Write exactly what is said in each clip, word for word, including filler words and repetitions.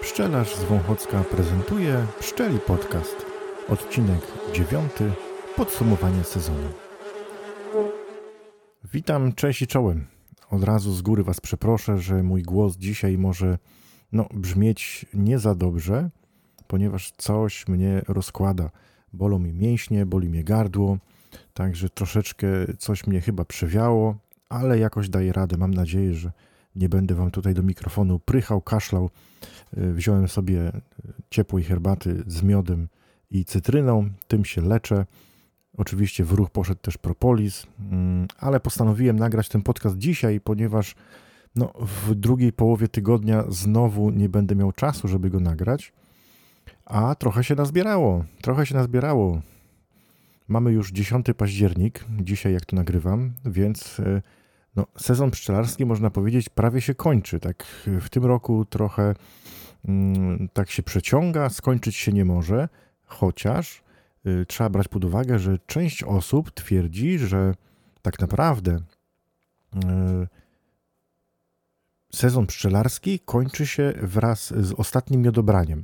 Pszczelarz z Wąchocka prezentuje Pszczeli Podcast. Odcinek dziewiąty. Podsumowanie sezonu. Witam, cześć i czołem. Od razu z góry Was przeproszę, że mój głos dzisiaj może no, brzmieć nie za dobrze, ponieważ coś mnie rozkłada. Bolą mi mięśnie, boli mnie gardło, także troszeczkę coś mnie chyba przewiało, ale jakoś daję radę. Mam nadzieję, że nie będę Wam tutaj do mikrofonu prychał, kaszlał. Wziąłem sobie ciepłej herbaty z miodem i cytryną, tym się leczę. Oczywiście w ruch poszedł też propolis, ale postanowiłem nagrać ten podcast dzisiaj, ponieważ no, w drugiej połowie tygodnia znowu nie będę miał czasu, żeby go nagrać, a trochę się nazbierało, trochę się nazbierało. Mamy już dziesiąty październik, dzisiaj jak to nagrywam, więc no, sezon pszczelarski, można powiedzieć, prawie się kończy. Tak w tym roku trochę mm, tak się przeciąga, skończyć się nie może, chociaż y, trzeba brać pod uwagę, że część osób twierdzi, że tak naprawdę y, sezon pszczelarski kończy się wraz z ostatnim miodobraniem.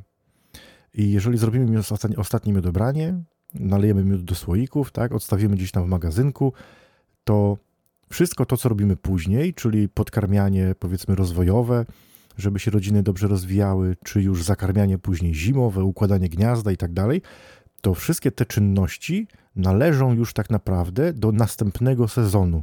I jeżeli zrobimy ostatnie, ostatnie miodobranie, nalejemy miód do słoików, tak, odstawimy gdzieś tam w magazynku, to wszystko to, co robimy później, czyli podkarmianie, powiedzmy, rozwojowe, żeby się rodziny dobrze rozwijały, czy już zakarmianie później zimowe, układanie gniazda i tak dalej, to wszystkie te czynności należą już tak naprawdę do następnego sezonu.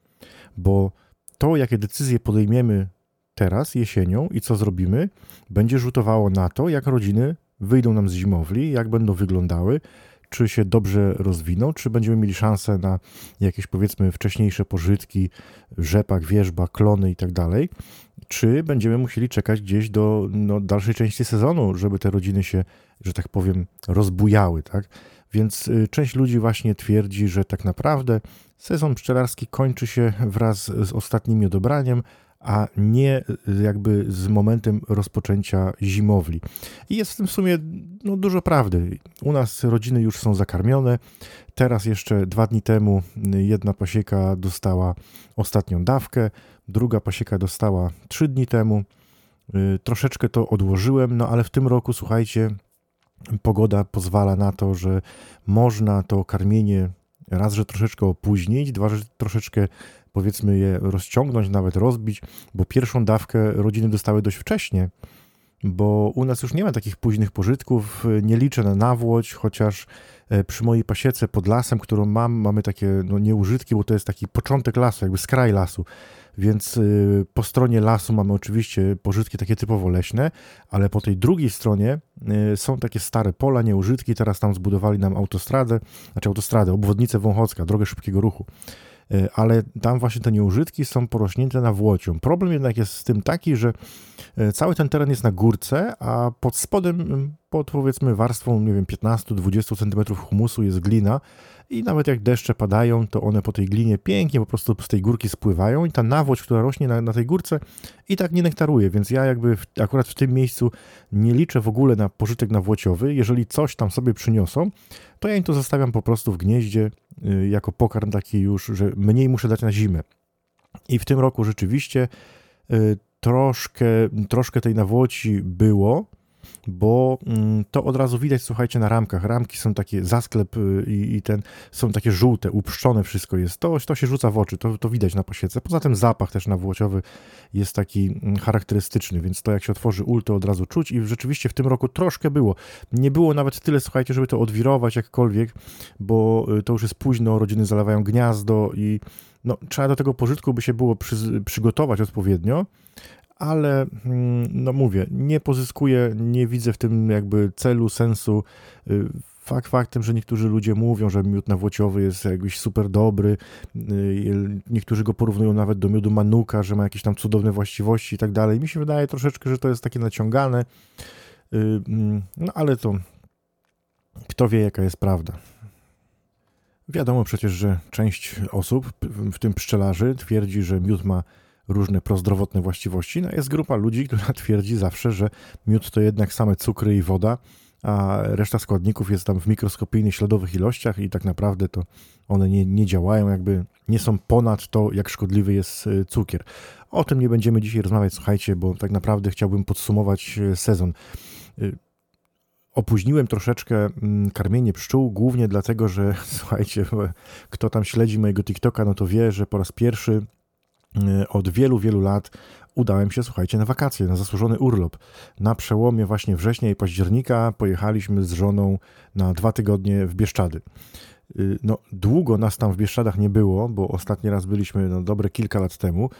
Bo to, jakie decyzje podejmiemy teraz, jesienią i co zrobimy, będzie rzutowało na to, jak rodziny wyjdą nam z zimowli, jak będą wyglądały, czy się dobrze rozwiną, czy będziemy mieli szansę na jakieś, powiedzmy, wcześniejsze pożytki, rzepak, wierzba, klony i tak dalej, czy będziemy musieli czekać gdzieś do no, dalszej części sezonu, żeby te rodziny się, że tak powiem, rozbujały, tak? Więc y, część ludzi właśnie twierdzi, że tak naprawdę sezon pszczelarski kończy się wraz z ostatnim miodobraniem, a nie jakby z momentem rozpoczęcia zimowli. I jest w tym w sumie no, dużo prawdy. U nas rodziny już są zakarmione. Teraz jeszcze dwa dni temu jedna pasieka dostała ostatnią dawkę, druga pasieka dostała trzy dni temu. Troszeczkę to odłożyłem, no ale w tym roku, słuchajcie, pogoda pozwala na to, że można to karmienie raz, że troszeczkę opóźnić, dwa, że troszeczkę powiedzmy je rozciągnąć, nawet rozbić, bo pierwszą dawkę rodziny dostały dość wcześnie, bo u nas już nie ma takich późnych pożytków, nie liczę na nawłoć, chociaż przy mojej pasiece pod lasem, którą mam, mamy takie no, nieużytki, bo to jest taki początek lasu, jakby skraj lasu, więc y, po stronie lasu mamy oczywiście pożytki takie typowo leśne, ale po tej drugiej stronie y, są takie stare pola, nieużytki, teraz tam zbudowali nam autostradę, znaczy autostradę, obwodnicę Wąchocka, drogę szybkiego ruchu. Ale tam właśnie te nieużytki są porośnięte nawłocią. Problem jednak jest z tym taki, że cały ten teren jest na górce, a pod spodem, pod powiedzmy warstwą, nie wiem, piętnaście do dwudziestu centymetrów humusu jest glina i nawet jak deszcze padają, to one po tej glinie pięknie po prostu z tej górki spływają i ta nawłoć, która rośnie na, na tej górce i tak nie nektaruje, więc ja jakby w, akurat w tym miejscu nie liczę w ogóle na pożytek nawłociowy. Jeżeli coś tam sobie przyniosą, to ja im to zostawiam po prostu w gnieździe y, jako pokarm taki już, że mniej muszę dać na zimę. I w tym roku rzeczywiście y, troszkę, troszkę tej nawłoci było, bo y, to od razu widać, słuchajcie, na ramkach. Ramki są takie, zasklep y, i ten, są takie żółte, upszczone wszystko jest. To, to się rzuca w oczy, to, to widać na pasiece. Poza tym zapach też nawłociowy jest taki y, charakterystyczny, więc to jak się otworzy ul, to od razu czuć i rzeczywiście w tym roku troszkę było. Nie było nawet tyle, słuchajcie, żeby to odwirować jakkolwiek, bo y, to już jest późno, rodziny zalewają gniazdo i no, trzeba do tego pożytku by się było przy, przygotować odpowiednio, ale no mówię, nie pozyskuję, nie widzę w tym jakby celu, sensu. Fakt faktem, że niektórzy ludzie mówią, że miód nawłociowy jest jakiś super dobry, niektórzy go porównują nawet do miodu Manuka, że ma jakieś tam cudowne właściwości i tak dalej. Mi się wydaje troszeczkę, że to jest takie naciągane, no ale to kto wie, jaka jest prawda. Wiadomo przecież, że część osób, w tym pszczelarzy, twierdzi, że miód ma różne prozdrowotne właściwości. No jest grupa ludzi, która twierdzi zawsze, że miód to jednak same cukry i woda, a reszta składników jest tam w mikroskopijnych, śladowych ilościach i tak naprawdę to one nie, nie działają, jakby nie są ponad to, jak szkodliwy jest cukier. O tym nie będziemy dzisiaj rozmawiać, słuchajcie, bo tak naprawdę chciałbym podsumować sezon. Opóźniłem troszeczkę karmienie pszczół, głównie dlatego, że słuchajcie, kto tam śledzi mojego TikToka, no to wie, że po raz pierwszy od wielu, wielu lat udałem się, słuchajcie, na wakacje, na zasłużony urlop. Na przełomie właśnie września i października pojechaliśmy z żoną na dwa tygodnie w Bieszczady. No, długo nas tam w Bieszczadach nie było, bo ostatni raz byliśmy no, dobre kilka lat temu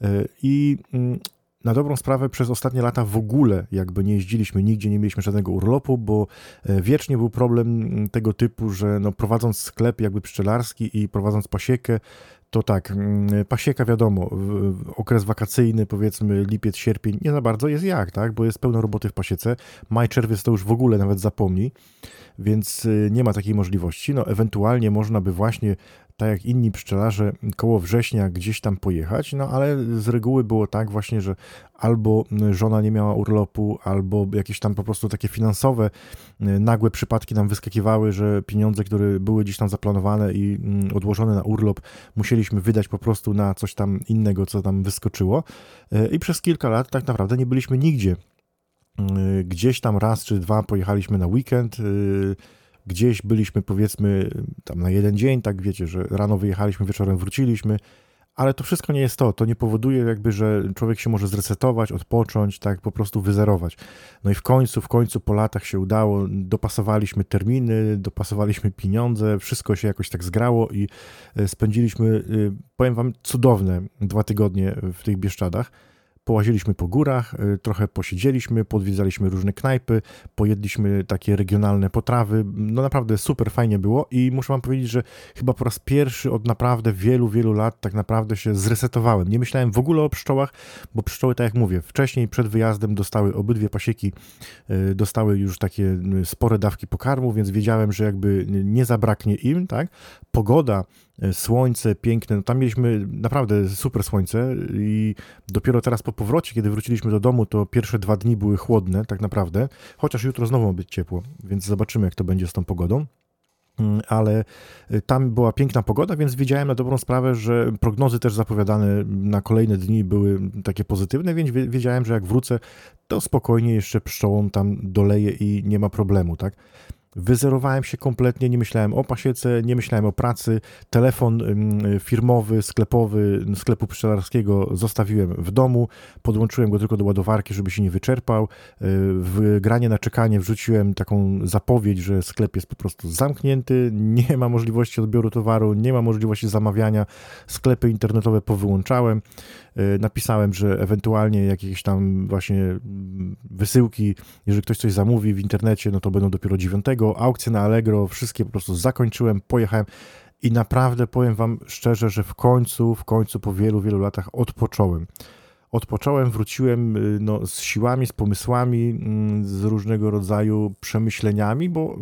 i na dobrą sprawę przez ostatnie lata w ogóle jakby nie jeździliśmy nigdzie, nie mieliśmy żadnego urlopu, bo wiecznie był problem tego typu, że no, prowadząc sklep jakby pszczelarski i prowadząc pasiekę, to tak, pasieka wiadomo, okres wakacyjny, powiedzmy lipiec, sierpień, nie za bardzo jest jak, tak, bo jest pełno roboty w pasiece, maj, czerwiec to już w ogóle nawet zapomnij, więc nie ma takiej możliwości, no ewentualnie można by właśnie, tak jak inni pszczelarze, koło września gdzieś tam pojechać, no ale z reguły było tak właśnie, że albo żona nie miała urlopu, albo jakieś tam po prostu takie finansowe, nagłe przypadki nam wyskakiwały, że pieniądze, które były gdzieś tam zaplanowane i odłożone na urlop, musieliśmy wydać po prostu na coś tam innego, co tam wyskoczyło i przez kilka lat tak naprawdę nie byliśmy nigdzie. Gdzieś tam raz czy dwa pojechaliśmy na weekend, gdzieś byliśmy powiedzmy tam na jeden dzień, tak wiecie, że rano wyjechaliśmy, wieczorem wróciliśmy, ale to wszystko nie jest to, to nie powoduje jakby, że człowiek się może zresetować, odpocząć, tak po prostu wyzerować. No i w końcu, w końcu po latach się udało, dopasowaliśmy terminy, dopasowaliśmy pieniądze, wszystko się jakoś tak zgrało i spędziliśmy, powiem wam, cudowne dwa tygodnie w tych Bieszczadach. Połaziliśmy po górach, trochę posiedzieliśmy, podwiedzaliśmy różne knajpy, pojedliśmy takie regionalne potrawy, no naprawdę super fajnie było i muszę wam powiedzieć, że chyba po raz pierwszy od naprawdę wielu, wielu lat tak naprawdę się zresetowałem. Nie myślałem w ogóle o pszczołach, bo pszczoły, tak jak mówię, wcześniej przed wyjazdem dostały obydwie pasieki, dostały już takie spore dawki pokarmu, więc wiedziałem, że jakby nie zabraknie im, tak? Pogoda, słońce piękne, no tam mieliśmy naprawdę super słońce i dopiero teraz po powrocie, kiedy wróciliśmy do domu, to pierwsze dwa dni były chłodne tak naprawdę, chociaż jutro znowu ma być ciepło, więc zobaczymy, jak to będzie z tą pogodą. Ale tam była piękna pogoda, więc wiedziałem na dobrą sprawę, że prognozy też zapowiadane na kolejne dni były takie pozytywne, więc wiedziałem, że jak wrócę, to spokojnie jeszcze pszczołom tam doleję i nie ma problemu, tak? Wyzerowałem się kompletnie, nie myślałem o pasiece, nie myślałem o pracy. Telefon firmowy, sklepowy, sklepu pszczelarskiego zostawiłem w domu, podłączyłem go tylko do ładowarki, żeby się nie wyczerpał. W granie na czekanie wrzuciłem taką zapowiedź, że sklep jest po prostu zamknięty, nie ma możliwości odbioru towaru, nie ma możliwości zamawiania, sklepy internetowe powyłączałem. Napisałem, że ewentualnie jakieś tam właśnie wysyłki, jeżeli ktoś coś zamówi w internecie, no to będą dopiero dziewiątego. Aukcje na Allegro, wszystkie po prostu zakończyłem, pojechałem i naprawdę powiem wam szczerze, że w końcu, w końcu po wielu, wielu latach odpocząłem. Odpocząłem, wróciłem no, z siłami, z pomysłami, z różnego rodzaju przemyśleniami, bo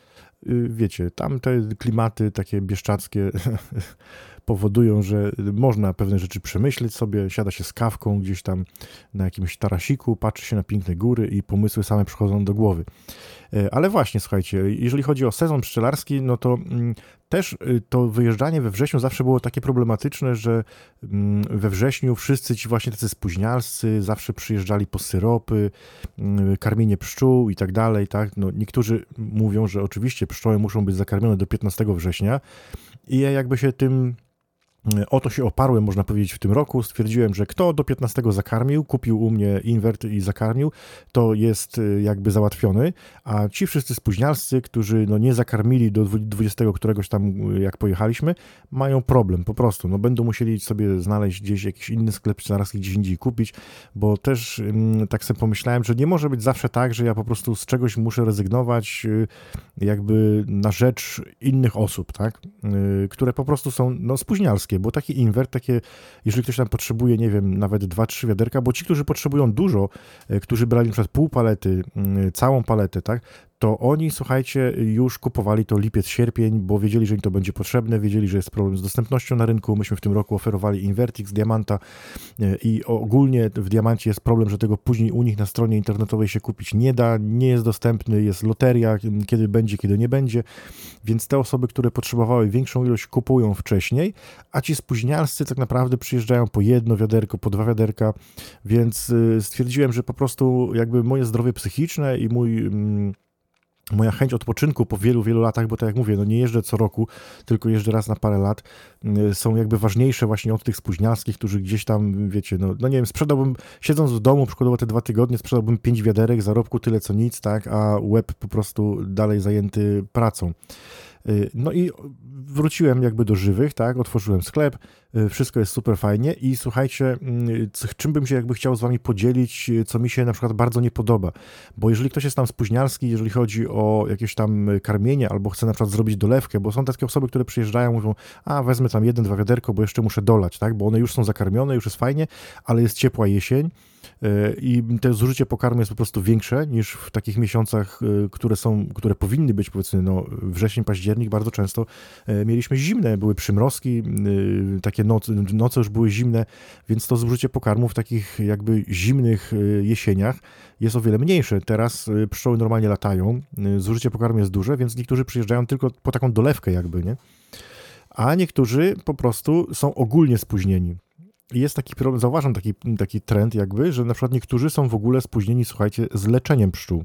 wiecie, tam te klimaty takie bieszczackie powodują, że można pewne rzeczy przemyśleć sobie, siada się z kawką gdzieś tam na jakimś tarasiku, patrzy się na piękne góry i pomysły same przychodzą do głowy. Ale właśnie, słuchajcie, jeżeli chodzi o sezon pszczelarski, no to też to wyjeżdżanie we wrześniu zawsze było takie problematyczne, że we wrześniu wszyscy ci właśnie tacy spóźnialscy zawsze przyjeżdżali po syropy, karmienie pszczół i tak dalej, tak? No, niektórzy mówią, że oczywiście pszczoły muszą być zakarmione do piętnastego września i ja jakby się tym o to się oparłem, można powiedzieć, w tym roku. Stwierdziłem, że kto do piętnastego zakarmił, kupił u mnie inwert i zakarmił, to jest jakby załatwiony, a ci wszyscy spóźnialscy, którzy no nie zakarmili do dwudziestego któregoś tam, jak pojechaliśmy, mają problem po prostu. No będą musieli sobie znaleźć gdzieś jakiś inny sklep pszczelarski, gdzieś indziej kupić, bo też tak sobie pomyślałem, że nie może być zawsze tak, że ja po prostu z czegoś muszę rezygnować jakby na rzecz innych osób, tak, które po prostu są no spóźnialskie, bo taki inwert, takie, jeżeli ktoś tam potrzebuje, nie wiem, nawet dwa trzy wiaderka, bo ci, którzy potrzebują dużo, którzy brali na przykład pół palety, całą paletę, tak, to oni, słuchajcie, już kupowali to lipiec, sierpień, bo wiedzieli, że im to będzie potrzebne, wiedzieli, że jest problem z dostępnością na rynku. Myśmy w tym roku oferowali Invertix, Diamanta i ogólnie w Diamancie jest problem, że tego później u nich na stronie internetowej się kupić nie da, nie jest dostępny, jest loteria, kiedy będzie, kiedy nie będzie, więc te osoby, które potrzebowały większą ilość, kupują wcześniej, a ci spóźnialscy tak naprawdę przyjeżdżają po jedno wiaderko, po dwa wiaderka, więc stwierdziłem, że po prostu jakby moje zdrowie psychiczne i mój... moja chęć odpoczynku po wielu, wielu latach, bo tak jak mówię, no nie jeżdżę co roku, tylko jeżdżę raz na parę lat, są jakby ważniejsze właśnie od tych spóźnialskich, którzy gdzieś tam, wiecie, no, no nie wiem, sprzedałbym, siedząc w domu, przykładowo te dwa tygodnie, sprzedałbym pięć wiaderek, zarobku tyle co nic, tak, a łeb po prostu dalej zajęty pracą. No i wróciłem jakby do żywych, tak, otworzyłem sklep, wszystko jest super fajnie i słuchajcie, czym bym się jakby chciał z wami podzielić, co mi się na przykład bardzo nie podoba, bo jeżeli ktoś jest tam spóźnialski, jeżeli chodzi o jakieś tam karmienie albo chce na przykład zrobić dolewkę, bo są takie osoby, które przyjeżdżają, mówią, a wezmę tam jeden, dwa wiaderko, bo jeszcze muszę dolać, tak, bo one już są zakarmione, już jest fajnie, ale jest ciepła jesień, i to zużycie pokarmu jest po prostu większe niż w takich miesiącach, które są, które powinny być, powiedzmy, no, wrzesień, październik, bardzo często mieliśmy zimne, były przymrozki, takie noce, noce już były zimne, więc to zużycie pokarmu w takich jakby zimnych jesieniach jest o wiele mniejsze. Teraz pszczoły normalnie latają, zużycie pokarmu jest duże, więc niektórzy przyjeżdżają tylko po taką dolewkę jakby, nie? A niektórzy po prostu są ogólnie spóźnieni. Jest taki problem, zauważam taki, taki trend jakby, że na przykład niektórzy są w ogóle spóźnieni, słuchajcie, z leczeniem pszczół.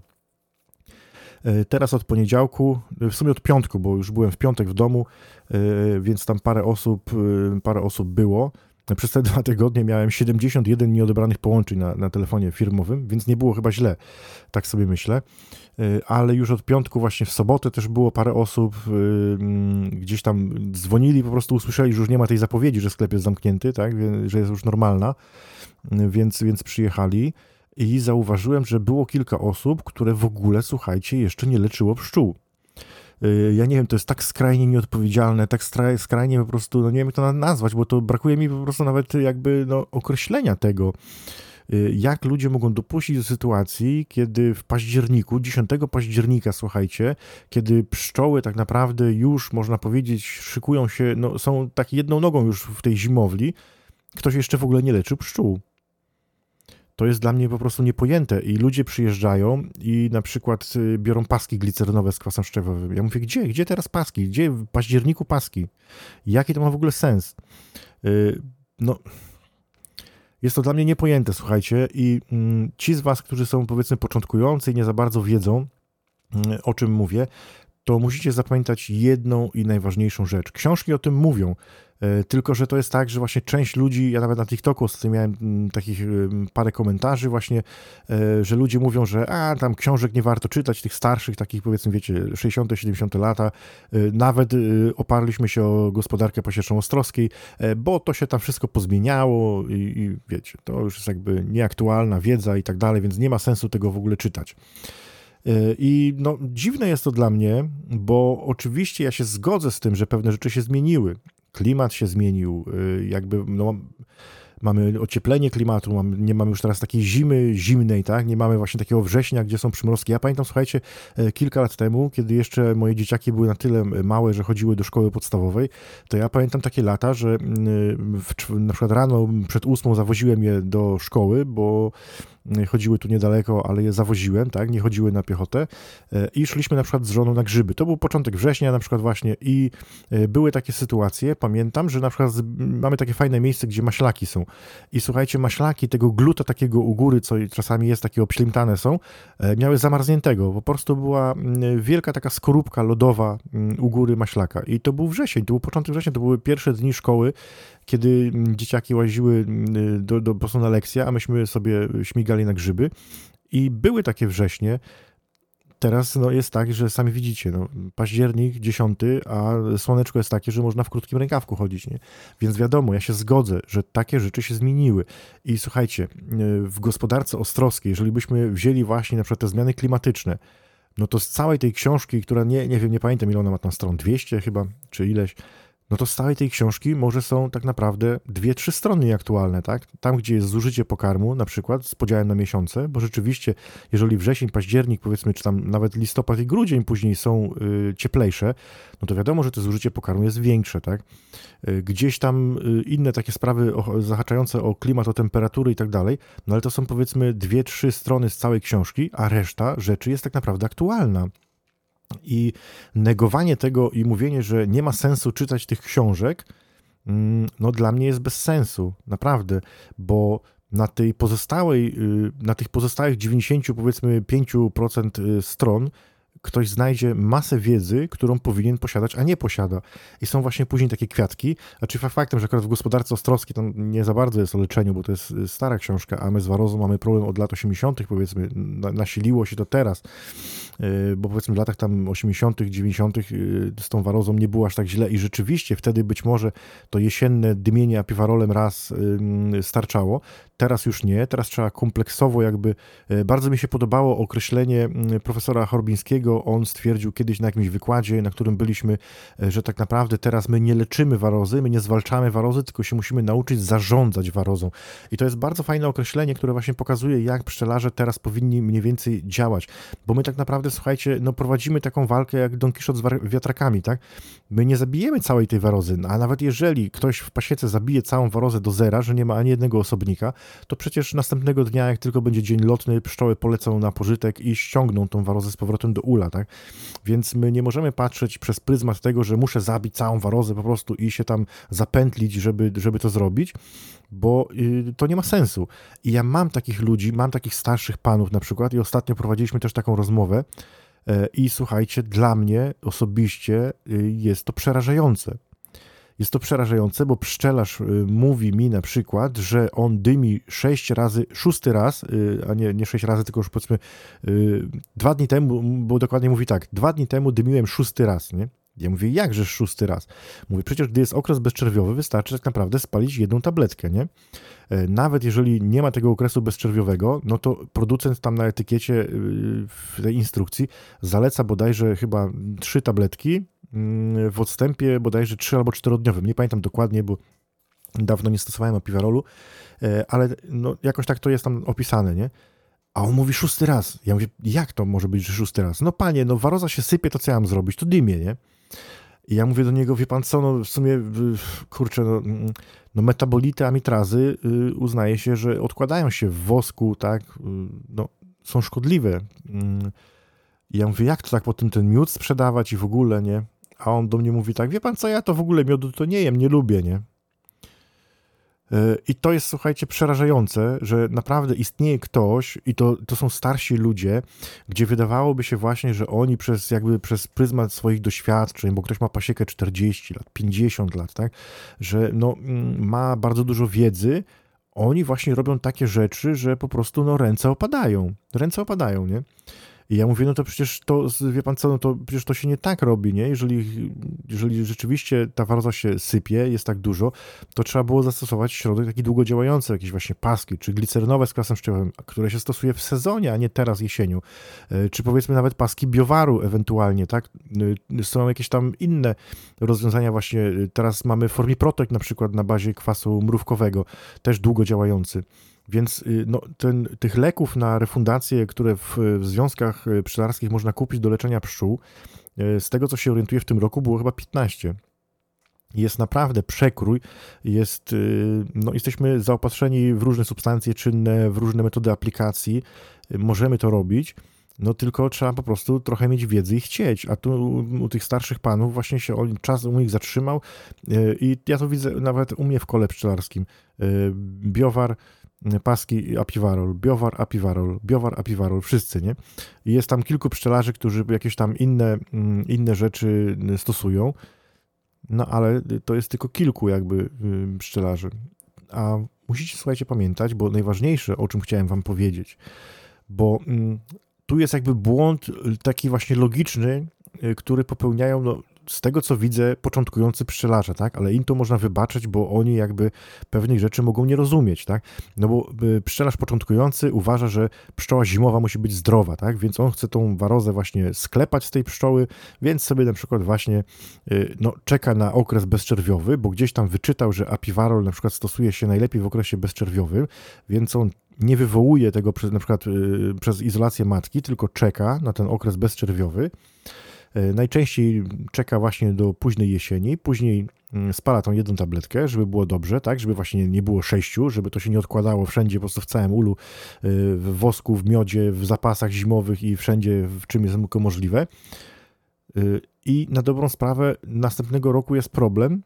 Teraz od poniedziałku, w sumie od piątku, bo już byłem w piątek w domu, więc tam parę osób, parę osób było. Przez te dwa tygodnie miałem siedemdziesiąt jeden nieodebranych połączeń na, na telefonie firmowym, więc nie było chyba źle, tak sobie myślę. Ale już od piątku właśnie w sobotę też było parę osób, gdzieś tam dzwonili, po prostu usłyszeli, że już nie ma tej zapowiedzi, że sklep jest zamknięty, tak, że jest już normalna, więc, więc przyjechali i zauważyłem, że było kilka osób, które w ogóle, słuchajcie, jeszcze nie leczyło pszczół. Ja nie wiem, to jest tak skrajnie nieodpowiedzialne, tak skrajnie po prostu, no nie wiem jak to nazwać, bo to brakuje mi po prostu nawet jakby no, określenia tego, jak ludzie mogą dopuścić do sytuacji, kiedy w październiku, dziesiątego października, słuchajcie, kiedy pszczoły tak naprawdę już, można powiedzieć, szykują się, no są tak jedną nogą już w tej zimowli, ktoś jeszcze w ogóle nie leczył pszczół. To jest dla mnie po prostu niepojęte i ludzie przyjeżdżają i na przykład biorą paski glicerynowe z kwasem szczawowym. Ja mówię, gdzie? Gdzie teraz paski? Gdzie w październiku paski? Jaki to ma w ogóle sens? No, jest to dla mnie niepojęte, słuchajcie, i ci z was, którzy są powiedzmy początkujący i nie za bardzo wiedzą, o czym mówię, to musicie zapamiętać jedną i najważniejszą rzecz. Książki o tym mówią, tylko że to jest tak, że właśnie część ludzi, ja nawet na TikToku ostatnio miałem takich parę komentarzy właśnie, że ludzie mówią, że a tam książek nie warto czytać, tych starszych, takich powiedzmy, wiecie, sześćdziesiąte, siedemdziesiąte lata, nawet oparliśmy się o gospodarkę pasieczną Ostrowskiej, bo to się tam wszystko pozmieniało i, i wiecie, to już jest jakby nieaktualna wiedza i tak dalej, więc nie ma sensu tego w ogóle czytać. I no, dziwne jest to dla mnie, bo oczywiście ja się zgodzę z tym, że pewne rzeczy się zmieniły. Klimat się zmienił, jakby no, mamy ocieplenie klimatu, mamy, nie mamy już teraz takiej zimy zimnej, tak? Nie mamy właśnie takiego września, gdzie są przymrozki. Ja pamiętam, słuchajcie, kilka lat temu, kiedy jeszcze moje dzieciaki były na tyle małe, że chodziły do szkoły podstawowej, to ja pamiętam takie lata, że w, na przykład rano przed ósmą zawoziłem je do szkoły, bo chodziły tu niedaleko, ale je zawoziłem, tak, nie chodziły na piechotę i szliśmy na przykład z żoną na grzyby. To był początek września na przykład właśnie i były takie sytuacje, pamiętam, że na przykład mamy takie fajne miejsce, gdzie maślaki są i słuchajcie, maślaki tego gluta takiego u góry, co czasami jest takie obślimtane są, miały zamarzniętego. Po prostu była wielka taka skorupka lodowa u góry maślaka i to był wrzesień, to był początek września, to były pierwsze dni szkoły, kiedy dzieciaki łaziły do, do, po prostu na lekcje, a myśmy sobie śmigali na grzyby i były takie wrześnie. Teraz no, jest tak, że sami widzicie, no, październik dziesiąty, a słoneczko jest takie, że można w krótkim rękawku chodzić, nie? Więc wiadomo, ja się zgodzę, że takie rzeczy się zmieniły. I słuchajcie, w gospodarce ostrowskiej, jeżeli byśmy wzięli właśnie na przykład te zmiany klimatyczne, no to z całej tej książki, która nie, nie wiem, nie pamiętam ile ona ma tam stron, dwieście chyba, czy ileś, no to z całej tej książki może są tak naprawdę dwie, trzy strony nieaktualne, tak? Tam, gdzie jest zużycie pokarmu, na przykład z podziałem na miesiące, bo rzeczywiście, jeżeli wrzesień, październik, powiedzmy, czy tam nawet listopad i grudzień później są y, cieplejsze, no to wiadomo, że to zużycie pokarmu jest większe, tak? Y, gdzieś tam y, inne takie sprawy o, zahaczające o klimat, o temperatury i tak dalej, no ale to są, powiedzmy, dwie, trzy strony z całej książki, a reszta rzeczy jest tak naprawdę aktualna. I negowanie tego i mówienie, że nie ma sensu czytać tych książek, no dla mnie jest bez sensu, naprawdę, bo na tej pozostałej, na tych pozostałych dziewięćdziesięciu, powiedzmy pięć procent stron ktoś znajdzie masę wiedzy, którą powinien posiadać, a nie posiada. I są właśnie później takie kwiatki, a czy faktem, że akurat w Gospodarce Ostrowskiej tam nie za bardzo jest o leczeniu, bo to jest stara książka, a my z warozą mamy problem od lat osiemdziesiątych, powiedzmy, nasiliło się to teraz, bo powiedzmy w latach tam osiemdziesiątych, dziewięćdziesiątych z tą warozą nie było aż tak źle i rzeczywiście wtedy być może to jesienne dymienie apiwarolem raz starczało. Teraz już nie, teraz trzeba kompleksowo jakby, bardzo mi się podobało określenie profesora Chorbińskiego, on stwierdził kiedyś na jakimś wykładzie, na którym byliśmy, że tak naprawdę teraz my nie leczymy warozy, my nie zwalczamy warozy, tylko się musimy nauczyć zarządzać warozą. I to jest bardzo fajne określenie, które właśnie pokazuje, jak pszczelarze teraz powinni mniej więcej działać, bo my tak naprawdę, słuchajcie, no prowadzimy taką walkę jak Don Kiszot z wiatrakami, tak? My nie zabijemy całej tej warozy, a nawet jeżeli ktoś w pasiece zabije całą warozę do zera, że nie ma ani jednego osobnika, to przecież następnego dnia, jak tylko będzie dzień lotny, pszczoły polecą na pożytek i ściągną tą warozę z powrotem do ula, tak? Więc my nie możemy patrzeć przez pryzmat tego, że muszę zabić całą warozę po prostu i się tam zapętlić, żeby, żeby to zrobić, bo yy, to nie ma sensu. I ja mam takich ludzi, mam takich starszych panów na przykład i ostatnio prowadziliśmy też taką rozmowę yy, i słuchajcie, dla mnie osobiście yy, jest to przerażające. Jest to przerażające, bo pszczelarz mówi mi na przykład, że on dymi sześć razy, szósty raz, a nie, nie sześć razy, tylko już powiedzmy dwa dni temu, bo dokładnie mówi tak, dwa dni temu dymiłem szósty raz, nie? Ja mówię, jakże szósty raz? Mówię, przecież gdy jest okres bezczerwiowy, wystarczy tak naprawdę spalić jedną tabletkę, nie? Nawet jeżeli nie ma tego okresu bezczerwiowego, no to producent tam na etykiecie w tej instrukcji zaleca bodajże chyba trzy tabletki, w odstępie bodajże trzy albo czterodniowym. Nie pamiętam dokładnie, bo dawno nie stosowałem apiwarolu, ale no jakoś tak to jest tam opisane, nie? A on mówi szósty raz. Ja mówię, jak to może być, że szósty raz? No panie, no waroza się sypie, to co ja mam zrobić? To dymie, nie? I ja mówię do niego, wie pan co, no w sumie, kurczę, no, no metabolity amitrazy uznaje się, że odkładają się w wosku, tak? No, są szkodliwe. I ja mówię, jak to tak potem ten miód sprzedawać i w ogóle, nie? A on do mnie mówi tak, wie pan co, ja to w ogóle miodu to nie jem, nie lubię, nie? I to jest, słuchajcie, przerażające, że naprawdę istnieje ktoś i to, to są starsi ludzie, gdzie wydawałoby się właśnie, że oni przez jakby przez pryzmat swoich doświadczeń, bo ktoś ma pasiekę czterdzieści lat, pięćdziesiąt lat, tak, że no, ma bardzo dużo wiedzy, oni właśnie robią takie rzeczy, że po prostu no, ręce opadają, ręce opadają, nie? I ja mówię, no to przecież to, wie pan co, no to przecież to się nie tak robi, nie? Jeżeli, jeżeli rzeczywiście ta waroza się sypie, jest tak dużo, to trzeba było zastosować środek taki długodziałający, jakieś właśnie paski, czy glicerynowe z kwasem szczypiowym, które się stosuje w sezonie, a nie teraz jesienią. Czy powiedzmy nawet paski biowaru ewentualnie, tak? Są jakieś tam inne rozwiązania właśnie, teraz mamy Formiprotect na przykład na bazie kwasu mrówkowego, też długodziałający. Więc no, ten, tych leków na refundację, które w, w związkach pszczelarskich można kupić do leczenia pszczół, z tego co się orientuję w tym roku było chyba piętnaście. Jest naprawdę przekrój, jest, no, jesteśmy zaopatrzeni w różne substancje czynne, w różne metody aplikacji, możemy to robić, no tylko trzeba po prostu trochę mieć wiedzy i chcieć, a tu u, u tych starszych panów właśnie się on, czas u nich zatrzymał i ja to widzę nawet u mnie w kole pszczelarskim. Biowar, paski apiwarol, biowar, apiwarol, biowar, apiwarol, wszyscy, nie? I jest tam kilku pszczelarzy, którzy jakieś tam inne, inne rzeczy stosują, no ale to jest tylko kilku jakby pszczelarzy. A musicie, słuchajcie, pamiętać, bo najważniejsze, o czym chciałem wam powiedzieć, bo tu jest jakby błąd taki właśnie logiczny, który popełniają no, z tego, co widzę, początkujący pszczelarze, tak? Ale im to można wybaczyć, bo oni jakby pewnych rzeczy mogą nie rozumieć, tak? No bo pszczelarz początkujący uważa, że pszczoła zimowa musi być zdrowa, tak? Więc on chce tą warozę właśnie sklepać z tej pszczoły, więc sobie na przykład właśnie no, czeka na okres bezczerwiowy, bo gdzieś tam wyczytał, że apiwarol na przykład stosuje się najlepiej w okresie bezczerwiowym, więc on nie wywołuje tego przez, na przykład y, przez izolację matki, tylko czeka na ten okres bezczerwiowy. Y, najczęściej czeka właśnie do późnej jesieni, później y, spala tą jedną tabletkę, żeby było dobrze, tak, żeby właśnie nie było sześciu, żeby to się nie odkładało wszędzie, po prostu w całym ulu, y, w wosku, w miodzie, w zapasach zimowych i wszędzie, w czym jest tylko możliwe. Y, I na dobrą sprawę następnego roku jest problem,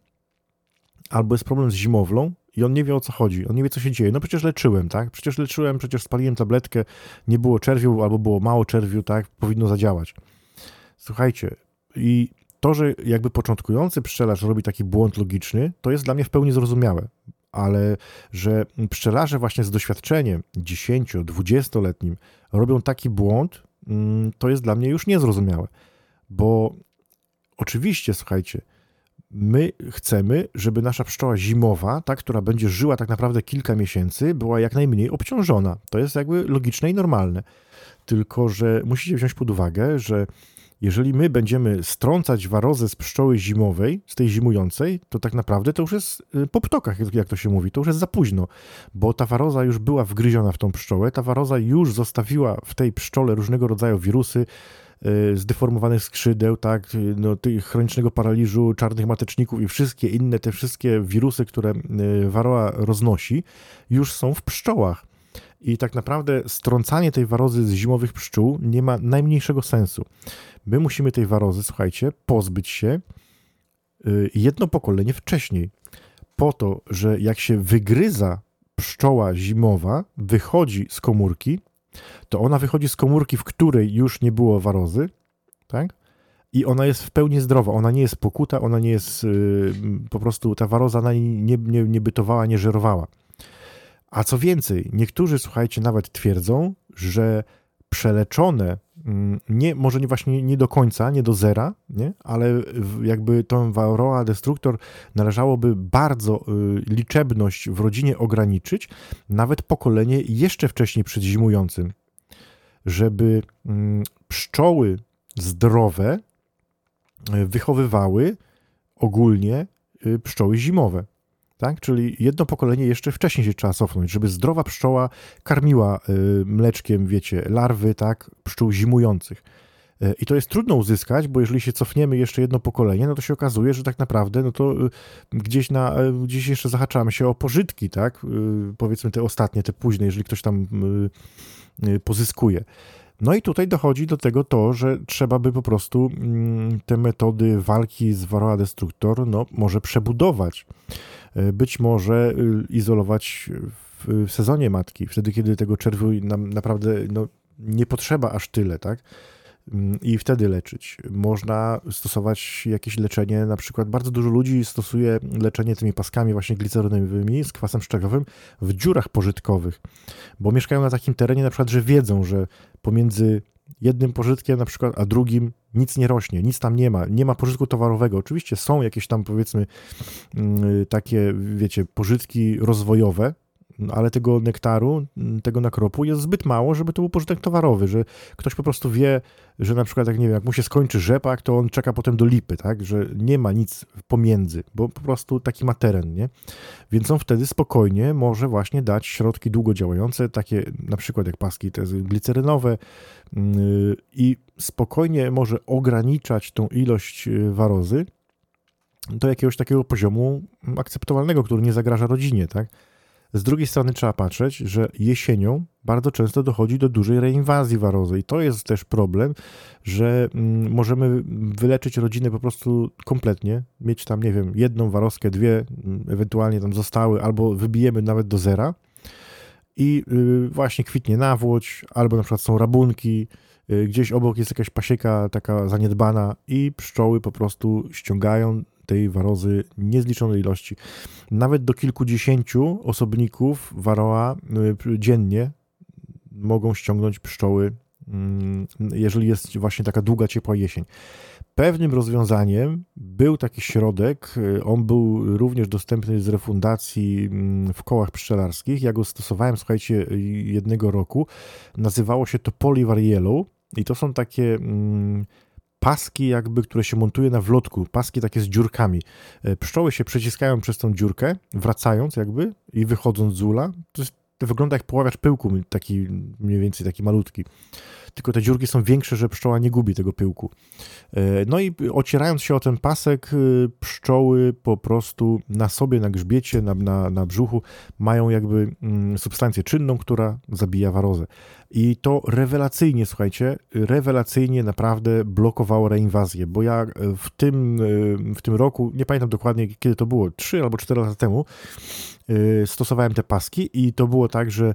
albo jest problem z zimowlą, i on nie wie, o co chodzi, on nie wie, co się dzieje. No przecież leczyłem, tak? Przecież leczyłem, przecież spaliłem tabletkę, nie było czerwiu, albo było mało czerwiu, tak? Powinno zadziałać. Słuchajcie, i to, że jakby początkujący pszczelarz robi taki błąd logiczny, to jest dla mnie w pełni zrozumiałe. Ale że pszczelarze właśnie z doświadczeniem dziesięcio-, dwudziestoletnim robią taki błąd, to jest dla mnie już niezrozumiałe. Bo oczywiście, słuchajcie, my chcemy, żeby nasza pszczoła zimowa, ta, która będzie żyła tak naprawdę kilka miesięcy, była jak najmniej obciążona. To jest jakby logiczne i normalne. Tylko że musicie wziąć pod uwagę, że jeżeli my będziemy strącać warozę z pszczoły zimowej, z tej zimującej, to tak naprawdę to już jest po ptokach, jak to się mówi, to już jest za późno, bo ta waroza już była wgryziona w tą pszczołę, ta waroza już zostawiła w tej pszczole różnego rodzaju wirusy, zdeformowanych skrzydeł, tak, no, tych chronicznego paraliżu, czarnych mateczników i wszystkie inne, te wszystkie wirusy, które waroa roznosi, już są w pszczołach. I tak naprawdę strącanie tej warozy z zimowych pszczół nie ma najmniejszego sensu. My musimy tej warozy, słuchajcie, pozbyć się jedno pokolenie wcześniej. Po to, że jak się wygryza pszczoła zimowa, wychodzi z komórki, to ona wychodzi z komórki, w której już nie było warozy, tak? I ona jest w pełni zdrowa, ona nie jest pokuta, ona nie jest yy, po prostu, ta waroza na niej nie, nie, nie bytowała, nie żerowała. A co więcej, niektórzy, słuchajcie, nawet twierdzą, że przeleczone, nie, może nie właśnie nie do końca, nie do zera, nie? Ale jakby tą Varroa destructor należałoby bardzo liczebność w rodzinie ograniczyć, nawet pokolenie jeszcze wcześniej przed zimującym, żeby pszczoły zdrowe wychowywały ogólnie pszczoły zimowe. Tak? Czyli jedno pokolenie jeszcze wcześniej się trzeba cofnąć, żeby zdrowa pszczoła karmiła y, mleczkiem, wiecie, larwy, tak, pszczół zimujących. Y, I to jest trudno uzyskać, bo jeżeli się cofniemy jeszcze jedno pokolenie, no to się okazuje, że tak naprawdę, no to y, gdzieś na, y, gdzieś jeszcze zahaczamy się o pożytki, tak, y, powiedzmy te ostatnie, te późne, jeżeli ktoś tam y, y, pozyskuje. No i tutaj dochodzi do tego to, że trzeba by po prostu mm, te metody walki z Varroa destructor, no może przebudować. Być może izolować w, w sezonie matki, wtedy kiedy tego czerwiu nam naprawdę no, nie potrzeba aż tyle, tak? I wtedy leczyć. Można stosować jakieś leczenie, na przykład bardzo dużo ludzi stosuje leczenie tymi paskami właśnie glicerynowymi z kwasem szczawiowym w dziurach pożytkowych, bo mieszkają na takim terenie na przykład, że wiedzą, że pomiędzy jednym pożytkiem na przykład, a drugim nic nie rośnie, nic tam nie ma, nie ma pożytku towarowego. Oczywiście są jakieś tam powiedzmy takie, wiecie, pożytki rozwojowe, ale tego nektaru, tego nakropu jest zbyt mało, żeby to był pożytek towarowy, że ktoś po prostu wie, że na przykład, jak nie wiem, jak mu się skończy rzepak, to on czeka potem do lipy, tak, że nie ma nic pomiędzy, bo po prostu taki ma teren, nie? Więc on wtedy spokojnie może właśnie dać środki długodziałające, takie na przykład jak paski te glicerynowe yy, i spokojnie może ograniczać tą ilość warozy do jakiegoś takiego poziomu akceptowalnego, który nie zagraża rodzinie, tak? Z drugiej strony trzeba patrzeć, że jesienią bardzo często dochodzi do dużej reinwazji warozy i to jest też problem, że mm, możemy wyleczyć rodzinę po prostu kompletnie, mieć tam, nie wiem, jedną warozkę, dwie, ewentualnie tam zostały, albo wybijemy nawet do zera i y, właśnie kwitnie nawłoć, albo na przykład są rabunki, y, gdzieś obok jest jakaś pasieka taka zaniedbana i pszczoły po prostu ściągają tej warozy niezliczonej ilości. Nawet do kilkudziesięciu osobników Varroa dziennie mogą ściągnąć pszczoły jeżeli jest właśnie taka długa, ciepła jesień. Pewnym rozwiązaniem był taki środek, on był również dostępny z refundacji w kołach pszczelarskich. Ja go stosowałem, słuchajcie, jednego roku. Nazywało się to Polyvar Yellow i to są takie paski jakby, które się montuje na wlotku, paski takie z dziurkami. Pszczoły się przeciskają przez tą dziurkę, wracając jakby i wychodząc z ula. To, jest, to wygląda jak poławiacz pyłku, taki mniej więcej taki malutki. Tylko te dziurki są większe, że pszczoła nie gubi tego pyłku. No i ocierając się o ten pasek, pszczoły po prostu na sobie, na grzbiecie, na, na, na brzuchu mają jakby substancję czynną, która zabija warozę. I to rewelacyjnie, słuchajcie, rewelacyjnie naprawdę blokowało reinwazję, bo ja w tym, w tym roku, nie pamiętam dokładnie kiedy to było, trzy albo cztery lata temu, stosowałem te paski i to było tak, że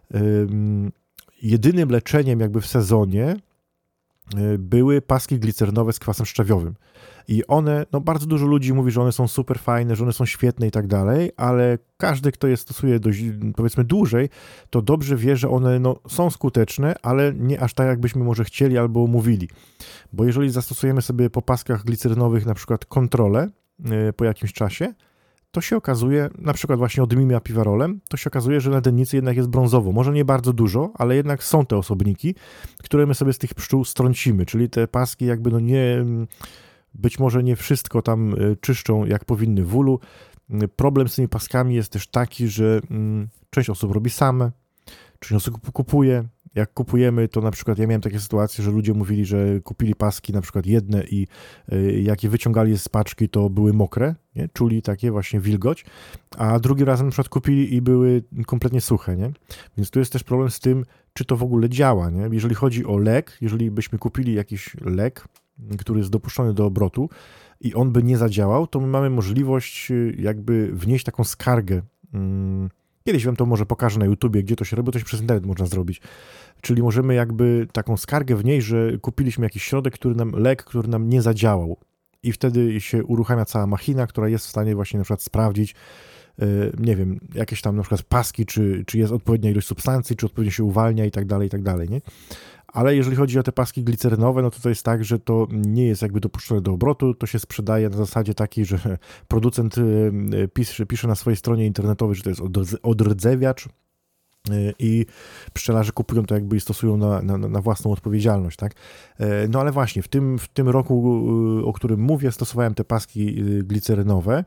jedynym leczeniem jakby w sezonie były paski glicerynowe z kwasem szczawiowym. I one, no bardzo dużo ludzi mówi, że one są super fajne, że one są świetne i tak dalej, ale każdy, kto je stosuje dość, powiedzmy dłużej, to dobrze wie, że one no, są skuteczne, ale nie aż tak, jakbyśmy może chcieli albo mówili. Bo jeżeli zastosujemy sobie po paskach glicerynowych na przykład kontrolę po jakimś czasie, to się okazuje, na przykład właśnie odymimy apiwarolem, to się okazuje, że na dennicy jednak jest brązowo. Może nie bardzo dużo, ale jednak są te osobniki, które my sobie z tych pszczół strącimy, czyli te paski jakby no nie, być może nie wszystko tam czyszczą jak powinny w ulu. Problem z tymi paskami jest też taki, że część osób robi same, część osób kupuje. Jak kupujemy, to na przykład ja miałem takie sytuacje, że ludzie mówili, że kupili paski na przykład jedne i jak je wyciągali z paczki, to były mokre, nie? Czuli takie właśnie wilgoć, a drugi razem na przykład kupili i były kompletnie suche, nie? Więc tu jest też problem z tym, czy to w ogóle działa, nie? Jeżeli chodzi o lek, jeżeli byśmy kupili jakiś lek, który jest dopuszczony do obrotu i on by nie zadziałał, to my mamy możliwość jakby wnieść taką skargę. Kiedyś wam to może pokażę na YouTubie, gdzie to się robi, to się przez internet można zrobić. Czyli możemy jakby taką skargę wnieść, że kupiliśmy jakiś środek, który nam, lek, który nam nie zadziałał. I wtedy się uruchamia cała machina, która jest w stanie właśnie na przykład sprawdzić, nie wiem, jakieś tam na przykład paski, czy, czy jest odpowiednia ilość substancji, czy odpowiednio się uwalnia i tak dalej, i tak dalej, nie? Ale jeżeli chodzi o te paski glicerynowe, no to to jest tak, że to nie jest jakby dopuszczone do obrotu, to się sprzedaje na zasadzie takiej, że producent pisze, pisze na swojej stronie internetowej, że to jest odrdzewiacz i pszczelarze kupują to jakby i stosują na, na, na własną odpowiedzialność, tak? No ale właśnie, w tym, w tym roku, o którym mówię, stosowałem te paski glicerynowe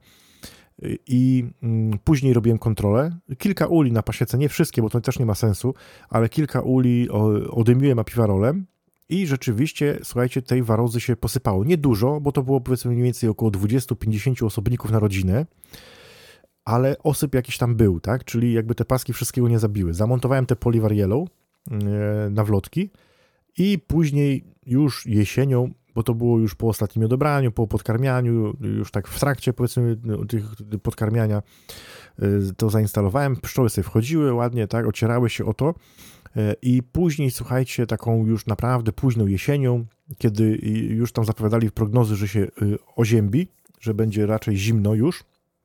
i później robiłem kontrolę. Kilka uli na pasiece, nie wszystkie, bo to też nie ma sensu, ale kilka uli odymiłem apiwarolem i rzeczywiście, słuchajcie, tej warozy się posypało. Nie dużo, bo to było powiedzmy mniej więcej około dwadzieścia do pięćdziesięciu osobników na rodzinę, ale osyp jakiś tam był, tak? Czyli jakby te paski wszystkiego nie zabiły. Zamontowałem te Polyvar Yellow na wlotki i później już jesienią, bo to było już po ostatnim odebraniu, po podkarmianiu, już tak w trakcie powiedzmy tych podkarmiania to zainstalowałem, pszczoły sobie wchodziły ładnie, tak, ocierały się o to i później, słuchajcie, taką już naprawdę późną jesienią, kiedy już tam zapowiadali prognozy, że się oziębi, że będzie raczej zimno już,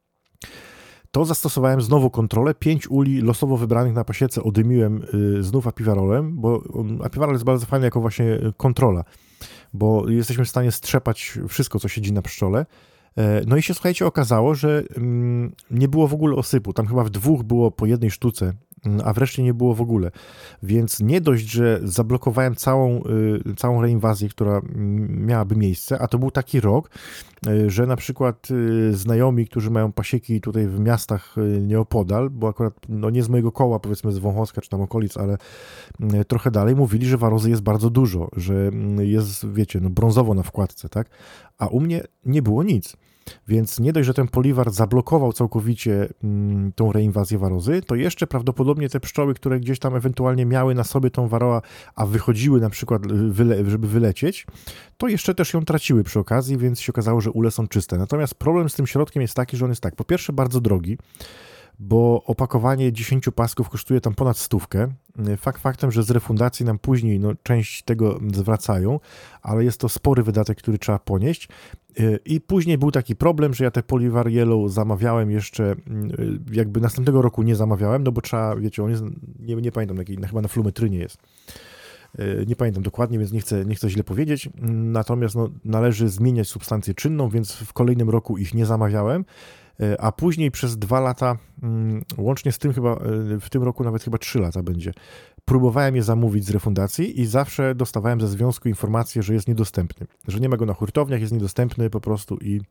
to zastosowałem znowu kontrolę. Pięć uli losowo wybranych na pasiece odymiłem znów apiwarolem, bo apiwarol jest bardzo fajny jako właśnie kontrola, bo jesteśmy w stanie strzepać wszystko, co siedzi na pszczole. No i się, słuchajcie, okazało, że nie było w ogóle osypu. Tam chyba w dwóch było po jednej sztuce, a wreszcie nie było w ogóle. Więc nie dość, że zablokowałem całą, całą reinwazję, która miałaby miejsce, a to był taki rok, że na przykład znajomi, którzy mają pasieki tutaj w miastach nieopodal, bo akurat no nie z mojego koła, powiedzmy z Wąchocka czy tam okolic, ale trochę dalej, mówili, że warozy jest bardzo dużo, że jest, wiecie, no brązowo na wkładce, tak? A u mnie nie było nic. Więc nie dość, że ten Polyvar zablokował całkowicie mm, tą reinwazję warozy, to jeszcze prawdopodobnie te pszczoły, które gdzieś tam ewentualnie miały na sobie tą waroa, a wychodziły na przykład, wyle, żeby wylecieć, to jeszcze też ją traciły przy okazji, więc się okazało, że ule są czyste. Natomiast problem z tym środkiem jest taki, że on jest tak, po pierwsze bardzo drogi, bo opakowanie dziesięciu pasków kosztuje tam ponad stówkę. Fakt faktem, że z refundacji nam później no, część tego zwracają, ale jest to spory wydatek, który trzeba ponieść. I później był taki problem, że ja te Polyvar Yellow zamawiałem jeszcze, jakby następnego roku nie zamawiałem, no bo trzeba, wiecie, on jest, nie, nie pamiętam, jaki, chyba na flumetrynie jest. Nie pamiętam dokładnie, więc nie chcę, nie chcę źle powiedzieć. Natomiast no, należy zmieniać substancję czynną, więc w kolejnym roku ich nie zamawiałem. A później przez dwa lata, łącznie z tym chyba, w tym roku nawet chyba trzy lata będzie, próbowałem je zamówić z refundacji i zawsze dostawałem ze związku informację, że jest niedostępny, że nie ma go na hurtowniach, jest niedostępny po prostu i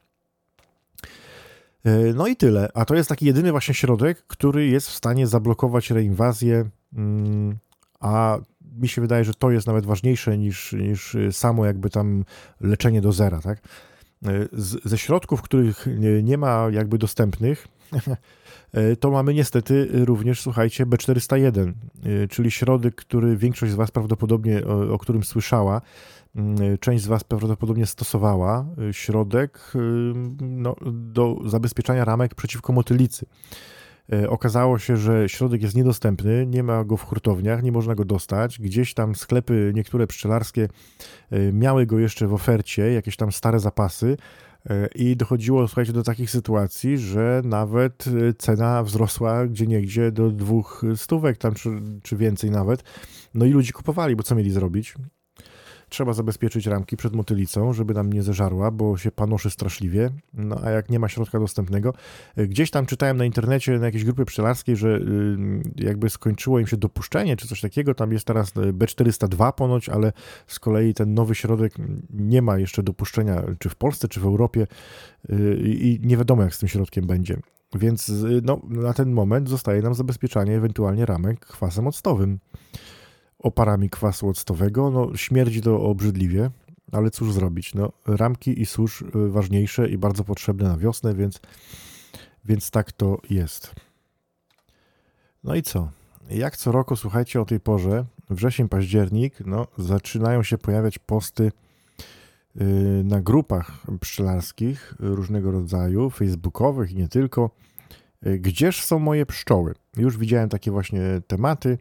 no i tyle. A to jest taki jedyny właśnie środek, który jest w stanie zablokować reinwazję, a mi się wydaje, że to jest nawet ważniejsze niż, niż samo jakby tam leczenie do zera, tak? Z, ze środków, których nie, nie ma jakby dostępnych, to mamy niestety również, słuchajcie, B czterysta jeden, czyli środek, który większość z was prawdopodobnie, o, o którym słyszała, część z was prawdopodobnie stosowała, środek no, do zabezpieczania ramek przeciwko motylicy. Okazało się, że środek jest niedostępny, nie ma go w hurtowniach, nie można go dostać. Gdzieś tam sklepy niektóre pszczelarskie miały go jeszcze w ofercie, jakieś tam stare zapasy i dochodziło, słuchajcie, do takich sytuacji, że nawet cena wzrosła gdzieniegdzie do dwóch stówek tam, czy, czy więcej nawet. No i ludzie kupowali, bo co mieli zrobić? Trzeba zabezpieczyć ramki przed motylicą, żeby nam nie zeżarła, bo się panoszy straszliwie, no a jak nie ma środka dostępnego. Gdzieś tam czytałem na internecie, na jakiejś grupie pszczelarskiej, że jakby skończyło im się dopuszczenie, czy coś takiego, tam jest teraz B czterysta dwa ponoć, ale z kolei ten nowy środek nie ma jeszcze dopuszczenia, czy w Polsce, czy w Europie i nie wiadomo, jak z tym środkiem będzie. Więc no, na ten moment zostaje nam zabezpieczanie ewentualnie ramek kwasem octowym. Oparami kwasu octowego, no śmierdzi to obrzydliwie, ale cóż zrobić, no ramki i susz ważniejsze i bardzo potrzebne na wiosnę, więc, więc tak to jest. No i co? Jak co roku, słuchajcie, o tej porze, wrzesień, październik, no zaczynają się pojawiać posty yy, na grupach pszczelarskich różnego rodzaju, facebookowych i nie tylko. Yy, gdzież są moje pszczoły? Już widziałem takie właśnie tematy.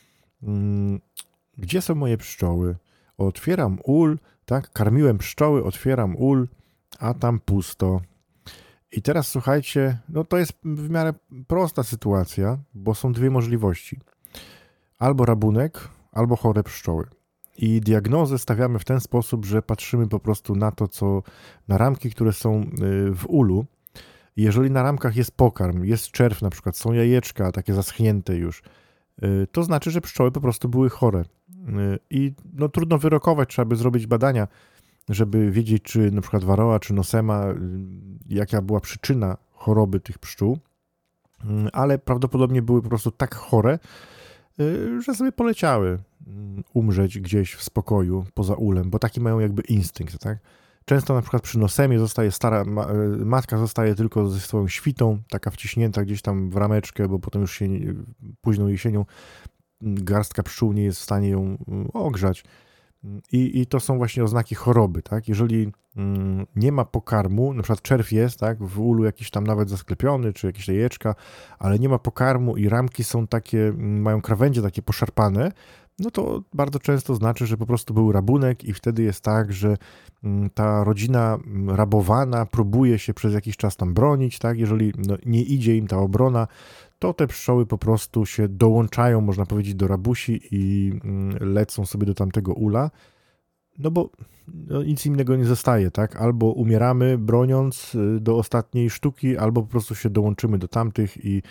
Gdzie są moje pszczoły? Otwieram ul, tak? Karmiłem pszczoły, otwieram ul, a tam pusto. I teraz słuchajcie, no to jest w miarę prosta sytuacja, bo są dwie możliwości. Albo rabunek, albo chore pszczoły. I diagnozę stawiamy w ten sposób, że patrzymy po prostu na to, co na ramki, które są w ulu. Jeżeli na ramkach jest pokarm, jest czerw na przykład, są jajeczka takie zaschnięte już, to znaczy, że pszczoły po prostu były chore. I no, trudno wyrokować, trzeba by zrobić badania, żeby wiedzieć, czy na przykład waroa, czy nosema, jaka była przyczyna choroby tych pszczół, ale prawdopodobnie były po prostu tak chore, że sobie poleciały umrzeć gdzieś w spokoju, poza ulem, bo taki mają jakby instynkt, tak? Często na przykład przy nosemie zostaje stara, ma, matka zostaje tylko ze swoją świtą, taka wciśnięta gdzieś tam w rameczkę, bo potem już się późną jesienią garstka pszczół nie jest w stanie ją ogrzać. I, i to są właśnie oznaki choroby, tak? Jeżeli mm, nie ma pokarmu, na przykład czerw jest, tak? W ulu jakiś tam nawet zasklepiony, czy jakieś jajeczka, ale nie ma pokarmu i ramki są takie, mają krawędzie takie poszarpane, no to bardzo często znaczy, że po prostu był rabunek i wtedy jest tak, że ta rodzina rabowana próbuje się przez jakiś czas tam bronić, tak? Jeżeli no, nie idzie im ta obrona, to te pszczoły po prostu się dołączają, można powiedzieć, do rabusi i lecą sobie do tamtego ula, no bo no, nic innego nie zostaje, tak? Albo umieramy broniąc do ostatniej sztuki, albo po prostu się dołączymy do tamtych i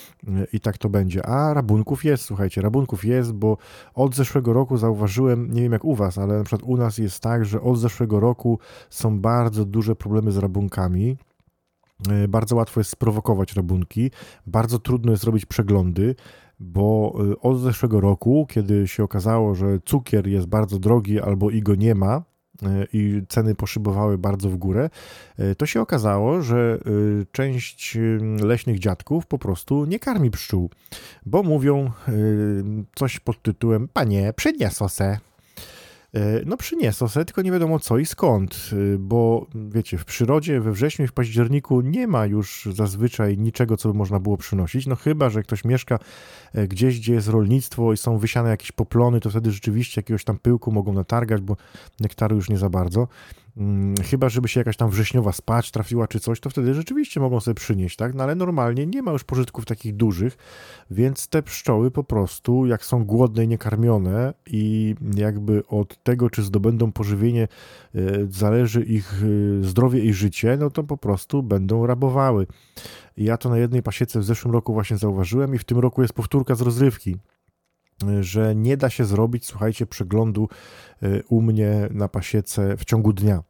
I tak to będzie. A rabunków jest, słuchajcie, rabunków jest, bo od zeszłego roku zauważyłem, nie wiem jak u was, ale na przykład u nas jest tak, że od zeszłego roku są bardzo duże problemy z rabunkami. Bardzo łatwo jest sprowokować rabunki, bardzo trudno jest robić przeglądy, bo od zeszłego roku, kiedy się okazało, że cukier jest bardzo drogi albo i go nie ma, i ceny poszybowały bardzo w górę, to się okazało, że część leśnych dziadków po prostu nie karmi pszczół, bo mówią coś pod tytułem: panie, przyniosło se. No przyniosło se, tylko nie wiadomo co i skąd, bo wiecie, w przyrodzie we wrześniu i w październiku nie ma już zazwyczaj niczego, co by można było przynosić, no chyba, że ktoś mieszka gdzieś, gdzie jest rolnictwo i są wysiane jakieś poplony, to wtedy rzeczywiście jakiegoś tam pyłku mogą natargać, bo nektaru już nie za bardzo, Chyba, żeby się jakaś tam wrześniowa spać trafiła czy coś, to wtedy rzeczywiście mogą sobie przynieść, tak? No ale normalnie nie ma już pożytków takich dużych, więc te pszczoły po prostu, jak są głodne i niekarmione i jakby od tego, czy zdobędą pożywienie, zależy ich zdrowie i życie, no to po prostu będą rabowały. I ja to na jednej pasiece w zeszłym roku właśnie zauważyłem i w tym roku jest powtórka z rozrywki, że nie da się zrobić, słuchajcie, przeglądu u mnie na pasiece w ciągu dnia.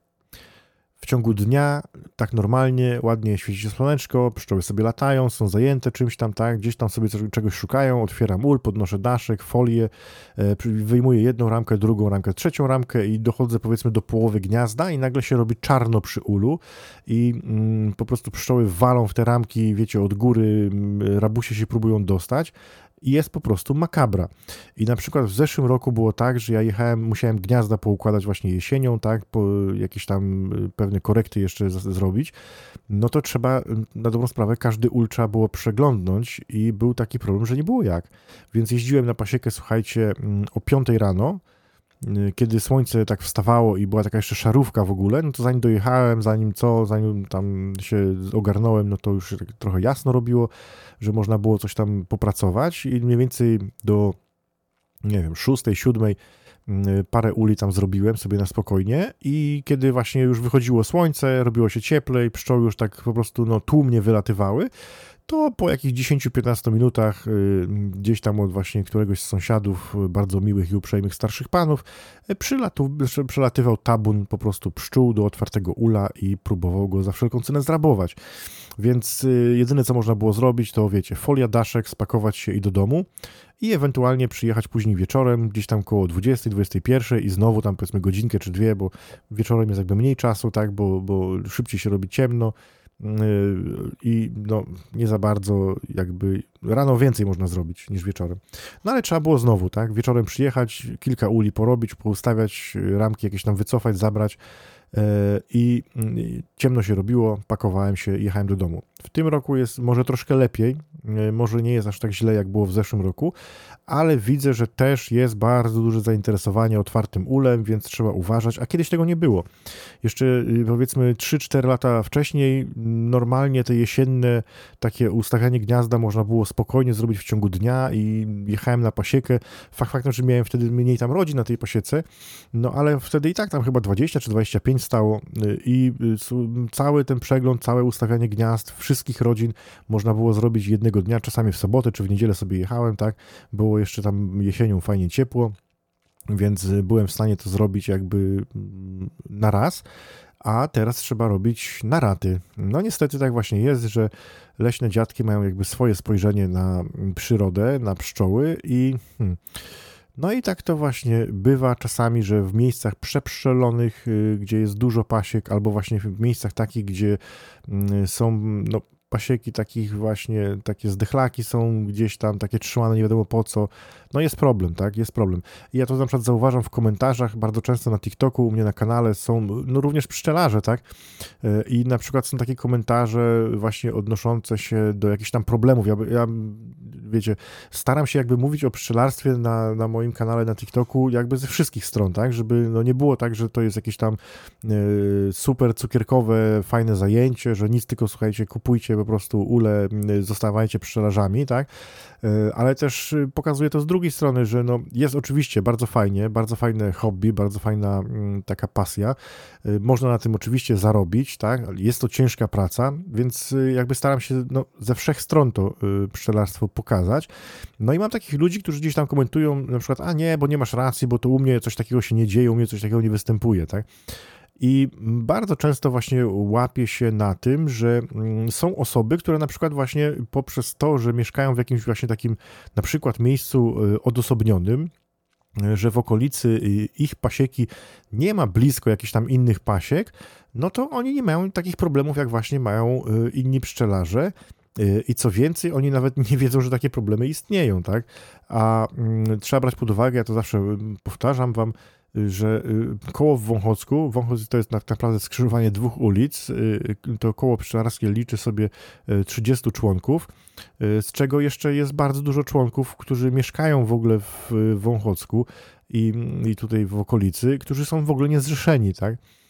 W ciągu dnia tak normalnie, ładnie świeci się słoneczko, pszczoły sobie latają, są zajęte czymś tam, tak, gdzieś tam sobie czegoś szukają, otwieram ul, podnoszę daszek, folię, wyjmuję jedną ramkę, drugą ramkę, trzecią ramkę i dochodzę powiedzmy do połowy gniazda i nagle się robi czarno przy ulu i mm, po prostu pszczoły walą w te ramki, wiecie, od góry, rabusie się próbują dostać. I jest po prostu makabra. I na przykład w zeszłym roku było tak, że ja jechałem, musiałem gniazda poukładać właśnie jesienią, tak, po jakieś tam pewne korekty jeszcze z- zrobić, no to trzeba, na dobrą sprawę, każdy ul trzeba było przeglądnąć i był taki problem, że nie było jak. Więc jeździłem na pasiekę, słuchajcie, o piątej rano, kiedy słońce tak wstawało i była taka jeszcze szarówka w ogóle, no to zanim dojechałem, zanim co, zanim tam się ogarnąłem, no to już się tak trochę jasno robiło, że można było coś tam popracować i mniej więcej do, nie wiem, szóstej, siódmej parę uli tam zrobiłem sobie na spokojnie i kiedy właśnie już wychodziło słońce, robiło się cieplej, pszczoły już tak po prostu no tłumnie wylatywały, to po jakichś dziesięciu piętnastu minutach y, gdzieś tam od właśnie któregoś z sąsiadów, y, bardzo miłych i uprzejmych starszych panów, y, przylatu, przelatywał tabun po prostu pszczół do otwartego ula i próbował go za wszelką cenę zrabować. Więc y, jedyne co można było zrobić to wiecie, folia, daszek, spakować się i do domu i ewentualnie przyjechać później wieczorem, gdzieś tam koło dwudziestej, dwudziestej pierwszej i znowu tam powiedzmy godzinkę czy dwie, bo wieczorem jest jakby mniej czasu, tak, bo, bo szybciej się robi ciemno. I no, nie za bardzo jakby rano więcej można zrobić niż wieczorem. No ale trzeba było znowu, tak? Wieczorem przyjechać, kilka uli porobić, poustawiać, ramki jakieś tam wycofać, zabrać i ciemno się robiło, pakowałem się i jechałem do domu. W tym roku jest może troszkę lepiej, może nie jest aż tak źle jak było w zeszłym roku, ale widzę, że też jest bardzo duże zainteresowanie otwartym ulem, więc trzeba uważać, a kiedyś tego nie było. Jeszcze powiedzmy trzy cztery lata wcześniej normalnie te jesienne takie ustawianie gniazda można było spokojnie zrobić w ciągu dnia i jechałem na pasiekę. Fakt faktem, że miałem wtedy mniej tam rodzin na tej pasiece, no ale wtedy i tak tam chyba dwadzieścia czy dwadzieścia pięć stało i cały ten przegląd, całe ustawianie gniazd wszystkich rodzin można było zrobić jednego dnia, czasami w sobotę czy w niedzielę sobie jechałem, tak, było jeszcze tam jesienią fajnie ciepło, więc byłem w stanie to zrobić jakby na raz, a teraz trzeba robić na raty. No niestety tak właśnie jest, że leśne dziadki mają jakby swoje spojrzenie na przyrodę, na pszczoły i hmm, no i tak to właśnie bywa czasami, że w miejscach przepszczelonych, gdzie jest dużo pasiek, albo właśnie w miejscach takich, gdzie są no, pasieki takich właśnie, takie zdechlaki są gdzieś tam, takie trzymane nie wiadomo po co, no jest problem, tak, jest problem. I ja to na przykład zauważam w komentarzach, bardzo często na TikToku, u mnie na kanale są no również pszczelarze, tak, i na przykład są takie komentarze właśnie odnoszące się do jakichś tam problemów. Ja, ja wiecie, staram się jakby mówić o pszczelarstwie na, na moim kanale na TikToku jakby ze wszystkich stron, tak, żeby no nie było tak, że to jest jakieś tam y, super cukierkowe, fajne zajęcie, że nic, tylko słuchajcie, kupujcie po prostu ule, zostawajcie pszczelarzami, tak, y, ale też pokazuję to z drugiej strony, że no jest oczywiście bardzo fajnie, bardzo fajne hobby, bardzo fajna y, taka pasja, y, można na tym oczywiście zarobić, tak, jest to ciężka praca, więc y, jakby staram się no, ze wszech stron to y, pszczelarstwo pokazać. No i mam takich ludzi, którzy gdzieś tam komentują na przykład, a nie, bo nie masz racji, bo to u mnie coś takiego się nie dzieje, u mnie coś takiego nie występuje, tak? I bardzo często właśnie łapię się na tym, że są osoby, które na przykład właśnie poprzez to, że mieszkają w jakimś właśnie takim na przykład miejscu odosobnionym, że w okolicy ich pasieki nie ma blisko jakichś tam innych pasiek, no to oni nie mają takich problemów, jak właśnie mają inni pszczelarze. I co więcej, oni nawet nie wiedzą, że takie problemy istnieją, tak? A mm, trzeba brać pod uwagę, ja to zawsze powtarzam wam, że koło w Wąchocku, Wąchock to jest tak naprawdę skrzyżowanie dwóch ulic, to koło pszczelarskie liczy sobie trzydziestu członków, z czego jeszcze jest bardzo dużo członków, którzy mieszkają w ogóle w Wąchocku i, i tutaj w okolicy, którzy są w ogóle niezrzeszeni, tak?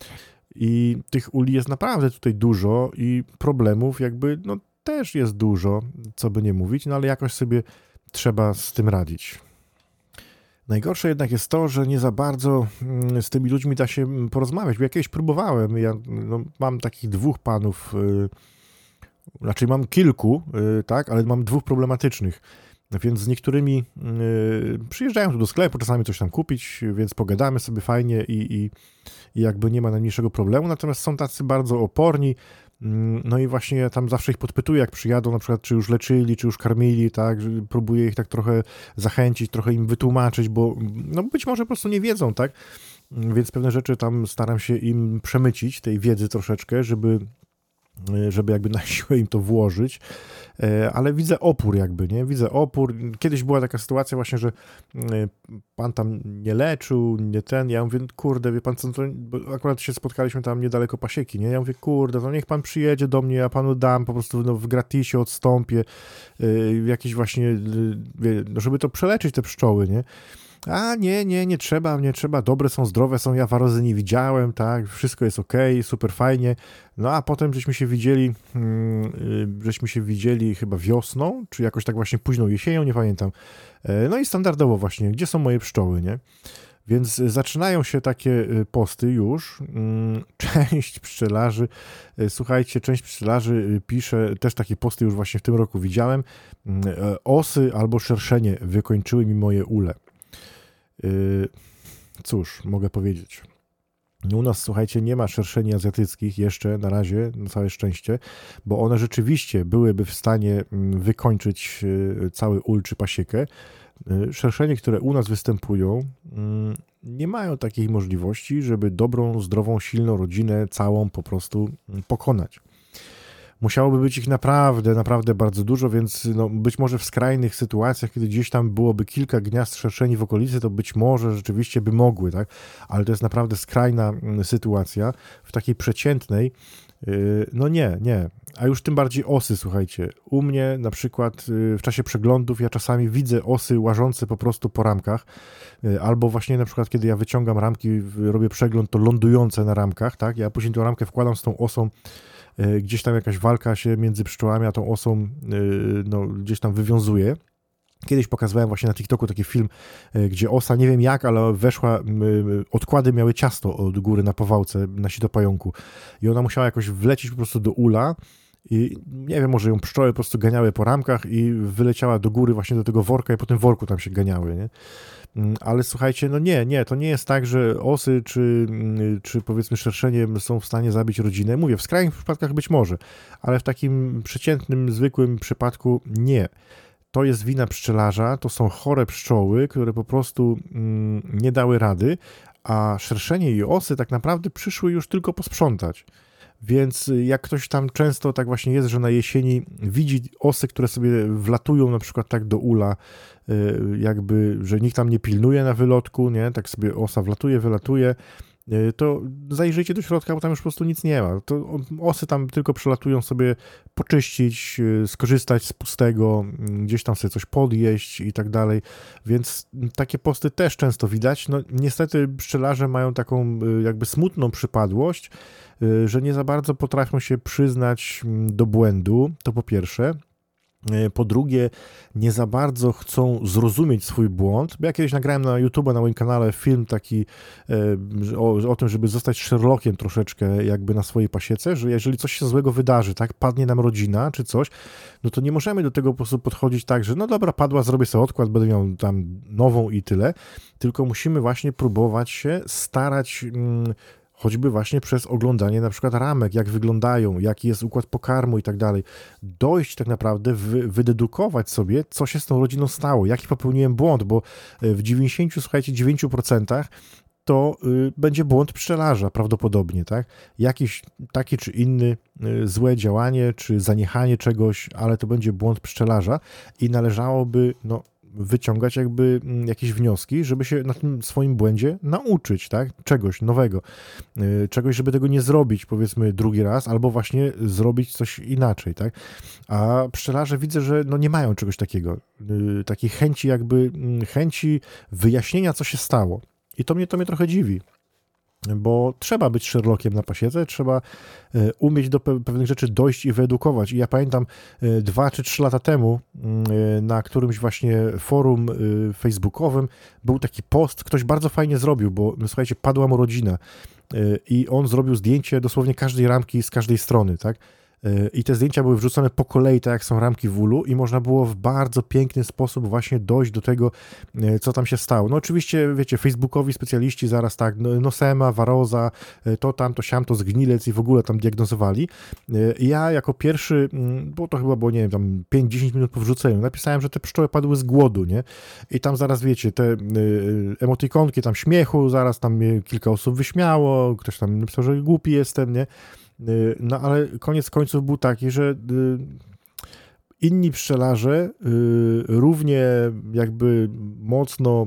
I tych uli jest naprawdę tutaj dużo i problemów jakby, no też jest dużo, co by nie mówić, no ale jakoś sobie trzeba z tym radzić. Najgorsze jednak jest to, że nie za bardzo z tymi ludźmi da się porozmawiać, bo ja kiedyś próbowałem, ja no, mam takich dwóch panów, yy, znaczy mam kilku, yy, tak, ale mam dwóch problematycznych, więc z niektórymi yy, przyjeżdżają tu do sklepu, czasami coś tam kupić, więc pogadamy sobie fajnie i, i, i jakby nie ma najmniejszego problemu, natomiast są tacy bardzo oporni. No i właśnie ja tam zawsze ich podpytuję, jak przyjadą, na przykład czy już leczyli, czy już karmili, tak, że próbuję ich tak trochę zachęcić, trochę im wytłumaczyć, bo no być może po prostu nie wiedzą, tak, więc pewne rzeczy tam staram się im przemycić, tej wiedzy troszeczkę, żeby żeby jakby na siłę im to włożyć, ale widzę opór jakby, nie? Widzę opór. Kiedyś była taka sytuacja właśnie, że pan tam nie leczył, nie ten, ja mówię, kurde, wie pan co, to, bo akurat się spotkaliśmy tam niedaleko Pasieki, nie? Ja mówię, kurde, no niech pan przyjedzie do mnie, ja panu dam, po prostu no, w gratisie odstąpię, jakieś właśnie, no, żeby to przeleczyć te pszczoły, nie? A nie, nie, nie trzeba, nie trzeba, dobre są, zdrowe są, ja warozy nie widziałem, tak, wszystko jest okej, okay, super fajnie. No a potem żeśmy się widzieli, hmm, żeśmy się widzieli chyba wiosną, czy jakoś tak właśnie późną jesienią, nie pamiętam. No i standardowo właśnie, gdzie są moje pszczoły, nie? Więc zaczynają się takie posty już. Część pszczelarzy, słuchajcie, część pszczelarzy pisze, też takie posty już właśnie w tym roku widziałem, osy albo szerszenie wykończyły mi moje ule. Cóż, mogę powiedzieć. U nas, słuchajcie, nie ma szerszeni azjatyckich jeszcze na razie, na całe szczęście, bo one rzeczywiście byłyby w stanie wykończyć cały ul czy pasiekę. Szerszenie, które u nas występują, nie mają takiej możliwości, żeby dobrą, zdrową, silną rodzinę całą po prostu pokonać. Musiałoby być ich naprawdę, naprawdę bardzo dużo, więc no, być może w skrajnych sytuacjach, kiedy gdzieś tam byłoby kilka gniazd szerszeni w okolicy, to być może rzeczywiście by mogły, tak? Ale to jest naprawdę skrajna sytuacja. W takiej przeciętnej, yy, no nie, nie. A już tym bardziej osy, słuchajcie. U mnie na przykład yy, w czasie przeglądów ja czasami widzę osy łażące po prostu po ramkach, yy, albo właśnie na przykład kiedy ja wyciągam ramki, robię przegląd, to lądujące na ramkach, tak? Ja później tę ramkę wkładam z tą osą, gdzieś tam jakaś walka się między pszczołami a tą osą no, gdzieś tam wywiązuje. Kiedyś pokazywałem właśnie na TikToku taki film, gdzie osa, nie wiem jak, ale weszła, odkłady miały ciasto od góry na powałce, na sitopająku i ona musiała jakoś wlecieć po prostu do ula i nie wiem, może ją pszczoły po prostu ganiały po ramkach i wyleciała do góry właśnie do tego worka i po tym worku tam się ganiały, nie? Ale słuchajcie, no nie, nie, to nie jest tak, że osy czy, czy powiedzmy szerszenie są w stanie zabić rodzinę. Mówię, w skrajnych przypadkach być może, ale w takim przeciętnym, zwykłym przypadku nie. To jest wina pszczelarza, to są chore pszczoły, które po prostu mm, nie dały rady, a szerszenie i osy tak naprawdę przyszły już tylko posprzątać. Więc jak ktoś tam często tak właśnie jest, że na jesieni widzi osy, które sobie wlatują na przykład tak do ula, jakby, że nikt tam nie pilnuje na wylotku, nie, tak sobie osa wlatuje, wylatuje, to zajrzyjcie do środka, bo tam już po prostu nic nie ma. To osy tam tylko przelatują sobie poczyścić, skorzystać z pustego, gdzieś tam sobie coś podjeść i tak dalej, więc takie posty też często widać. No niestety pszczelarze mają taką jakby smutną przypadłość, że nie za bardzo potrafią się przyznać do błędu, to po pierwsze. Po drugie, nie za bardzo chcą zrozumieć swój błąd. Bo ja kiedyś nagrałem na YouTube, na moim kanale film taki e, o, o tym, żeby zostać Sherlockiem troszeczkę jakby na swojej pasiece, że jeżeli coś się złego wydarzy, tak, padnie nam rodzina czy coś, no to nie możemy do tego po prostu podchodzić tak, że no dobra, padła, zrobię sobie odkład, będę miał tam nową i tyle, tylko musimy właśnie próbować się starać... Mm, choćby właśnie przez oglądanie na przykład ramek, jak wyglądają, jaki jest układ pokarmu i tak dalej, dojść tak naprawdę, wy, wydedukować sobie, co się z tą rodziną stało, jaki popełniłem błąd, bo w dziewięćdziesięciu, słuchajcie, dziewięciu procentach to y, będzie błąd pszczelarza prawdopodobnie, tak? Jakiś taki czy inny y, złe działanie, czy zaniechanie czegoś, ale to będzie błąd pszczelarza i należałoby, no, wyciągać jakby jakieś wnioski, żeby się na tym swoim błędzie nauczyć, tak? Czegoś nowego. Czegoś, żeby tego nie zrobić, powiedzmy, drugi raz, albo właśnie zrobić coś inaczej, tak? A pszczelarze widzę, że no nie mają czegoś takiego. Takiej chęci jakby, chęci wyjaśnienia, co się stało. I to mnie, to mnie trochę dziwi. bo trzeba być Sherlockiem na pasiece, trzeba umieć do pewnych rzeczy dojść i wyedukować. I ja pamiętam dwa czy trzy lata temu na którymś właśnie forum facebookowym był taki post, ktoś bardzo fajnie zrobił, bo no, słuchajcie, padła mu rodzina i on zrobił zdjęcie dosłownie każdej ramki z każdej strony, tak? I te zdjęcia były wrzucone po kolei, tak jak są ramki w ulu i można było w bardzo piękny sposób właśnie dojść do tego, co tam się stało. No oczywiście, wiecie, facebookowi specjaliści zaraz tak, no, Nosema, Waroza, to tam, to siam, to zgnilec i w ogóle tam diagnozowali. I ja jako pierwszy, bo to chyba było, nie wiem, tam pięć dziesięć minut po wrzuceniu, napisałem, że te pszczoły padły z głodu, nie? I tam zaraz, wiecie, te emotikonki tam śmiechu, zaraz tam mnie kilka osób wyśmiało, ktoś tam napisał, że głupi jestem, nie? No ale koniec końców był taki, że inni pszczelarze równie jakby mocno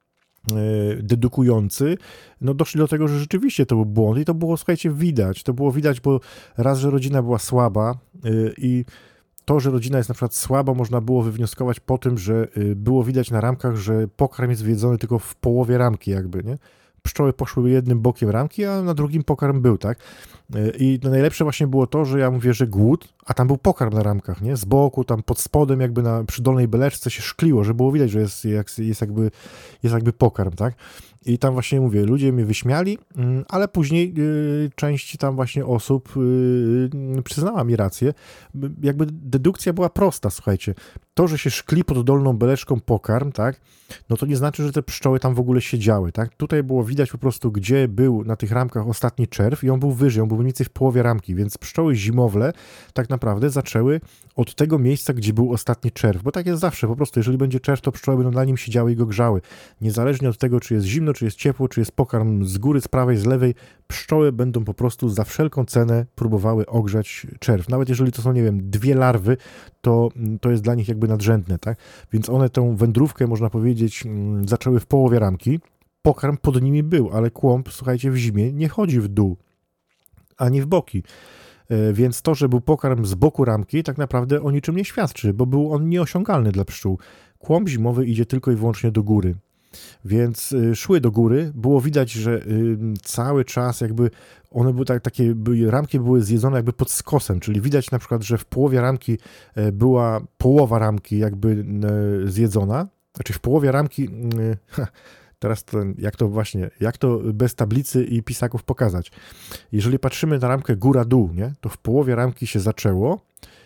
dedukujący, no doszli do tego, że rzeczywiście to był błąd i to było, słuchajcie, widać. To było widać, bo raz, że rodzina była słaba i to, że rodzina jest na przykład słaba, można było wywnioskować po tym, że było widać na ramkach, że pokarm jest zjedzony tylko w połowie ramki jakby, nie? Pszczoły poszły jednym bokiem ramki, a na drugim pokarm był, tak? I najlepsze właśnie było to, że ja mówię, że głód, a tam był pokarm na ramkach, nie? Z boku, tam pod spodem, jakby na, przy dolnej beleczce się szkliło, że było widać, że jest, jest, jakby, jest jakby pokarm, tak? I tam właśnie mówię, ludzie mnie wyśmiali, ale później y, część tam właśnie osób y, przyznała mi rację. Jakby dedukcja była prosta, słuchajcie. To, że się szkli pod dolną beleczką pokarm, tak, no to nie znaczy, że te pszczoły tam w ogóle siedziały, tak. Tutaj było widać po prostu, gdzie był na tych ramkach ostatni czerw i on był wyżej, on był mniej więcej w połowie ramki, więc pszczoły zimowle tak naprawdę zaczęły od tego miejsca, gdzie był ostatni czerw, bo tak jest zawsze, po prostu jeżeli będzie czerw, to pszczoły będą na nim siedziały i go grzały. Niezależnie od tego, czy jest zimno, czy jest ciepło, czy jest pokarm z góry, z prawej, z lewej, pszczoły będą po prostu za wszelką cenę próbowały ogrzać czerw. Nawet jeżeli to są, nie wiem, dwie larwy, to, to jest dla nich jakby nadrzędne, tak? Więc one tę wędrówkę, można powiedzieć, zaczęły w połowie ramki. Pokarm pod nimi był, ale kłąb, słuchajcie, w zimie nie chodzi w dół, ani w boki. Więc to, że był pokarm z boku ramki, tak naprawdę o niczym nie świadczy, bo był on nieosiągalny dla pszczół. Kłąb zimowy idzie tylko i wyłącznie do góry. Więc szły do góry, było widać, że cały czas jakby one były tak, takie, ramki były zjedzone jakby pod skosem, czyli widać na przykład, że w połowie ramki była połowa ramki jakby zjedzona, znaczy w połowie ramki, teraz to, jak to właśnie, jak to bez tablicy i pisaków pokazać. Jeżeli patrzymy na ramkę góra-dół, nie, to w połowie ramki się zaczęło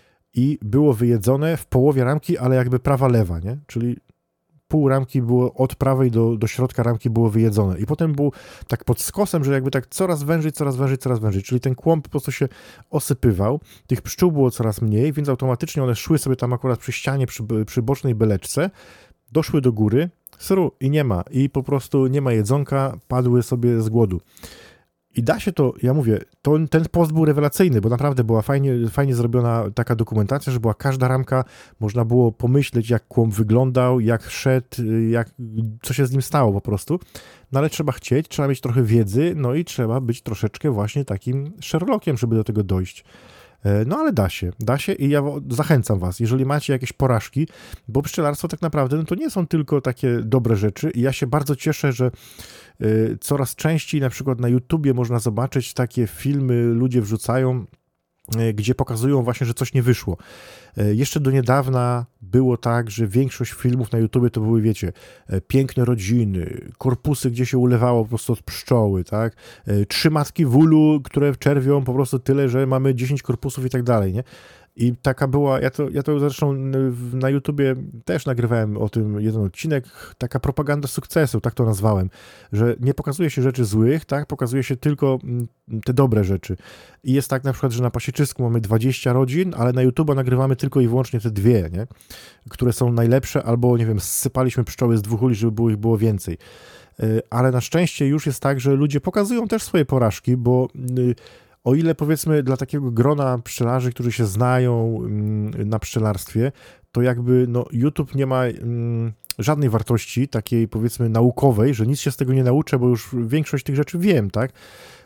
i było wyjedzone w połowie ramki, ale jakby prawa-lewa, nie, czyli pół ramki było od prawej do, do środka ramki było wyjedzone i potem był tak pod skosem, że jakby tak coraz wężyć, coraz wężyć, coraz wężyć, czyli ten kłąb po prostu się osypywał, tych pszczół było coraz mniej, więc automatycznie one szły sobie tam akurat przy ścianie, przy, przy bocznej beleczce, doszły do góry, sru i nie ma, i po prostu nie ma jedzonka, padły sobie z głodu. I da się to, ja mówię, to, ten post był rewelacyjny, bo naprawdę była fajnie, fajnie zrobiona taka dokumentacja, że była każda ramka, można było pomyśleć, jak kłąb wyglądał, jak szedł, jak, co się z nim stało po prostu. No ale trzeba chcieć, trzeba mieć trochę wiedzy, no i trzeba być troszeczkę właśnie takim Sherlockiem, żeby do tego dojść. No ale da się, da się i ja zachęcam was, jeżeli macie jakieś porażki, bo pszczelarstwo tak naprawdę no to nie są tylko takie dobre rzeczy i ja się bardzo cieszę, że y, coraz częściej na przykład na YouTubie można zobaczyć takie filmy, ludzie wrzucają, y, gdzie pokazują właśnie, że coś nie wyszło. Y, jeszcze do niedawna było tak, że większość filmów na YouTubie to były, wiecie, y, piękne rodziny, korpusy, gdzie się ulewało po prostu od pszczoły, tak? Y, trzy matki w ulu, które czerwią po prostu tyle, że mamy dziesięć korpusów i tak dalej, nie? I taka była, ja to, ja to zresztą na YouTubie też nagrywałem o tym jeden odcinek, taka propaganda sukcesu, tak to nazwałem, że nie pokazuje się rzeczy złych, tak, pokazuje się tylko te dobre rzeczy. I jest tak na przykład, że na Pasieczysku mamy dwadzieścia rodzin, ale na YouTube'a nagrywamy tylko i wyłącznie te dwie, nie, które są najlepsze, albo nie wiem, zsypaliśmy pszczoły z dwóch uli, żeby było ich było więcej. Ale na szczęście już jest tak, że ludzie pokazują też swoje porażki, bo o ile powiedzmy dla takiego grona pszczelarzy, którzy się znają na pszczelarstwie, to jakby no, YouTube nie ma mm, żadnej wartości takiej powiedzmy naukowej, że nic się z tego nie nauczę, bo już większość tych rzeczy wiem, tak?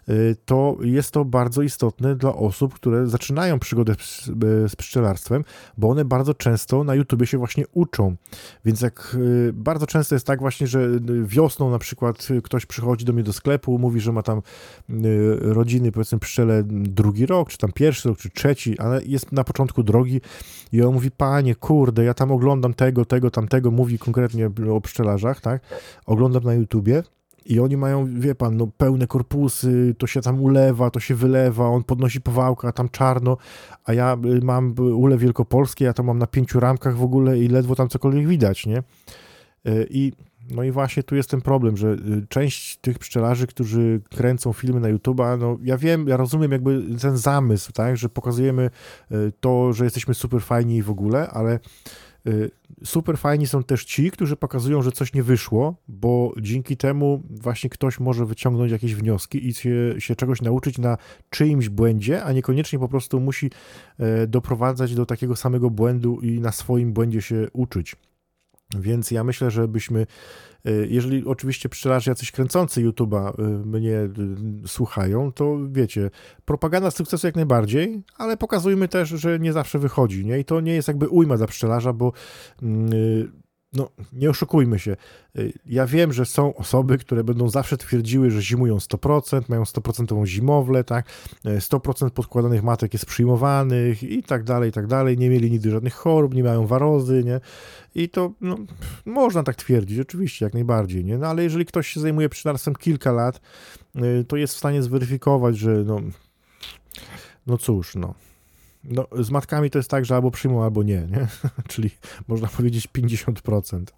to jest to bardzo istotne dla osób, które zaczynają przygodę z pszczelarstwem, bo one bardzo często na YouTubie się właśnie uczą. Więc jak bardzo często jest tak właśnie, że wiosną na przykład ktoś przychodzi do mnie do sklepu, mówi, że ma tam rodziny, powiedzmy pszczele drugi rok, czy tam pierwszy rok, czy trzeci, ale jest na początku drogi i on mówi, panie, kurde, ja tam oglądam tego, tego, tamtego, mówi konkretnie o pszczelarzach, tak, oglądam na YouTubie i oni mają, wie pan, no pełne korpusy, to się tam ulewa, to się wylewa, on podnosi powałkę, a tam czarno, a ja mam ule wielkopolskie, ja to mam na pięciu ramkach w ogóle i ledwo tam cokolwiek widać, nie? I no i właśnie tu jest ten problem, że część tych pszczelarzy, którzy kręcą filmy na YouTube'a, no ja wiem, ja rozumiem jakby ten zamysł, tak, że pokazujemy to, że jesteśmy super fajni i w ogóle, ale super fajni są też ci, którzy pokazują, że coś nie wyszło, bo dzięki temu właśnie ktoś może wyciągnąć jakieś wnioski i się, się czegoś nauczyć na czyimś błędzie, a niekoniecznie po prostu musi doprowadzać do takiego samego błędu i na swoim błędzie się uczyć. Więc ja myślę, że byśmy, jeżeli oczywiście pszczelarze jacyś kręcący YouTube'a mnie słuchają, to wiecie, propaganda sukcesu jak najbardziej, ale pokazujmy też, że nie zawsze wychodzi, nie? I to nie jest jakby ujma dla pszczelarza, bo no, nie oszukujmy się. Ja wiem, że są osoby, które będą zawsze twierdziły, że zimują sto procent, mają sto procent zimowlę, tak? sto procent podkładanych matek jest przyjmowanych i tak dalej, i tak dalej. Nie mieli nigdy żadnych chorób, nie mają warozy, nie? I to no, można tak twierdzić, oczywiście, jak najbardziej, nie? No ale jeżeli ktoś się zajmuje pszczelarstwem kilka lat, to jest w stanie zweryfikować, że no, no cóż, no. No, z matkami to jest tak, że albo przyjmą, albo nie, nie? Czyli można powiedzieć pięćdziesiąt procent.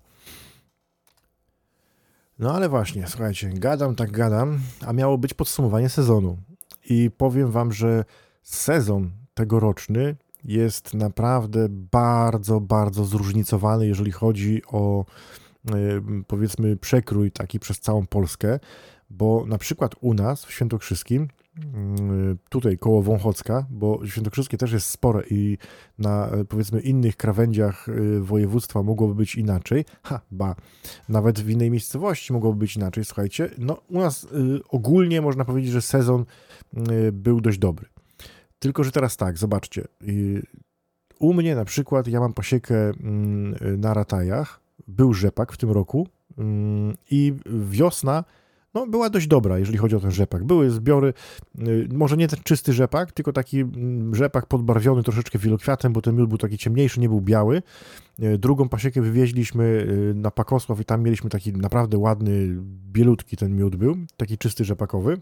No ale właśnie, słuchajcie, gadam tak gadam, a miało być podsumowanie sezonu. I powiem wam, że sezon tegoroczny jest naprawdę bardzo, bardzo zróżnicowany, jeżeli chodzi o powiedzmy przekrój taki przez całą Polskę, bo na przykład u nas w Świętokrzyskim, tutaj koło Wąchocka, bo Świętokrzyskie też jest spore i na powiedzmy innych krawędziach województwa mogłoby być inaczej, ha, ba, nawet w innej miejscowości mogłoby być inaczej, słuchajcie, no u nas ogólnie można powiedzieć, że sezon był dość dobry. Tylko że teraz tak, zobaczcie, u mnie na przykład, ja mam pasiekę na Ratajach, był rzepak w tym roku i wiosna no, była dość dobra, jeżeli chodzi o ten rzepak. Były zbiory, może nie ten czysty rzepak, tylko taki rzepak podbarwiony troszeczkę wielokwiatem, bo ten miód był taki ciemniejszy, nie był biały. Drugą pasiekę wywieźliśmy na Pakosław i tam mieliśmy taki naprawdę ładny, bielutki ten miód był, taki czysty rzepakowy.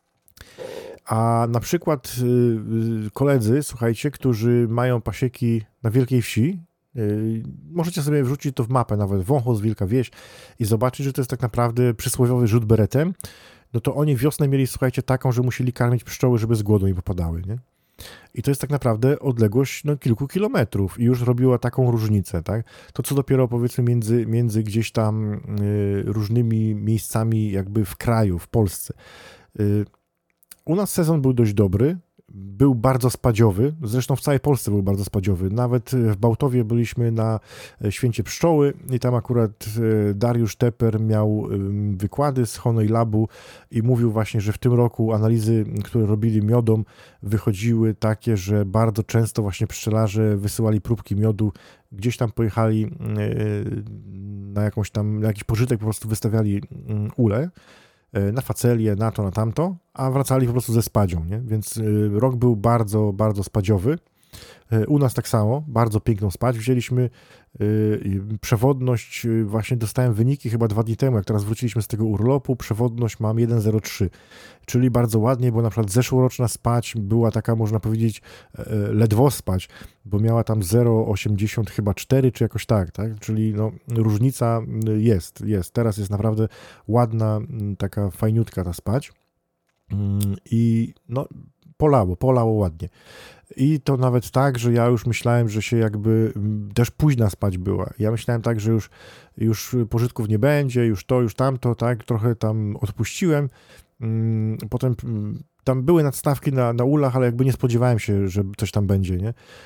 A na przykład koledzy, słuchajcie, którzy mają pasieki na Wielkiej Wsi, możecie sobie wrzucić to w mapę, nawet Wąchos, Wielka Wieś i zobaczyć, że to jest tak naprawdę przysłowiowy rzut beretem, no to oni wiosnę mieli, słuchajcie, taką, że musieli karmić pszczoły, żeby z głodu nie popadały, nie? I to jest tak naprawdę odległość no, kilku kilometrów i już robiła taką różnicę, tak? To co dopiero powiedzmy między, między gdzieś tam y, różnymi miejscami jakby w kraju, w Polsce. Y, u nas sezon był dość dobry, był bardzo spadziowy, zresztą w całej Polsce był bardzo spadziowy. Nawet w Bałtowie byliśmy na Święcie Pszczoły i tam akurat Dariusz Teper miał wykłady z Honey Labu i mówił właśnie, że w tym roku analizy, które robili miodom, wychodziły takie, że bardzo często właśnie pszczelarze wysyłali próbki miodu, gdzieś tam pojechali na jakąś tam, na jakiś pożytek, po prostu wystawiali ule, na facelię, na to, na tamto, a wracali po prostu ze spadzią, nie? Więc rok był bardzo, bardzo spadziowy. U nas tak samo, bardzo piękną spać. Wzięliśmy przewodność, właśnie dostałem wyniki chyba dwa dni temu, jak teraz wróciliśmy z tego urlopu, przewodność mam jeden zero trzy, czyli bardzo ładnie, bo na przykład zeszłoroczna spać była taka, można powiedzieć, ledwo spać, bo miała tam zero osiemdziesiąt chyba cztery, czy jakoś tak, tak? Czyli no, różnica jest, jest. Teraz jest naprawdę ładna, taka fajniutka ta spać i no polało, polało ładnie. I to nawet tak, że ja już myślałem, że się jakby też późna spać była. Ja myślałem tak, że już, już pożytków nie będzie, już to, już tamto, tak, trochę tam odpuściłem. Potem tam były nadstawki na, na ulach, ale jakby nie spodziewałem się, że coś tam będzie, nie?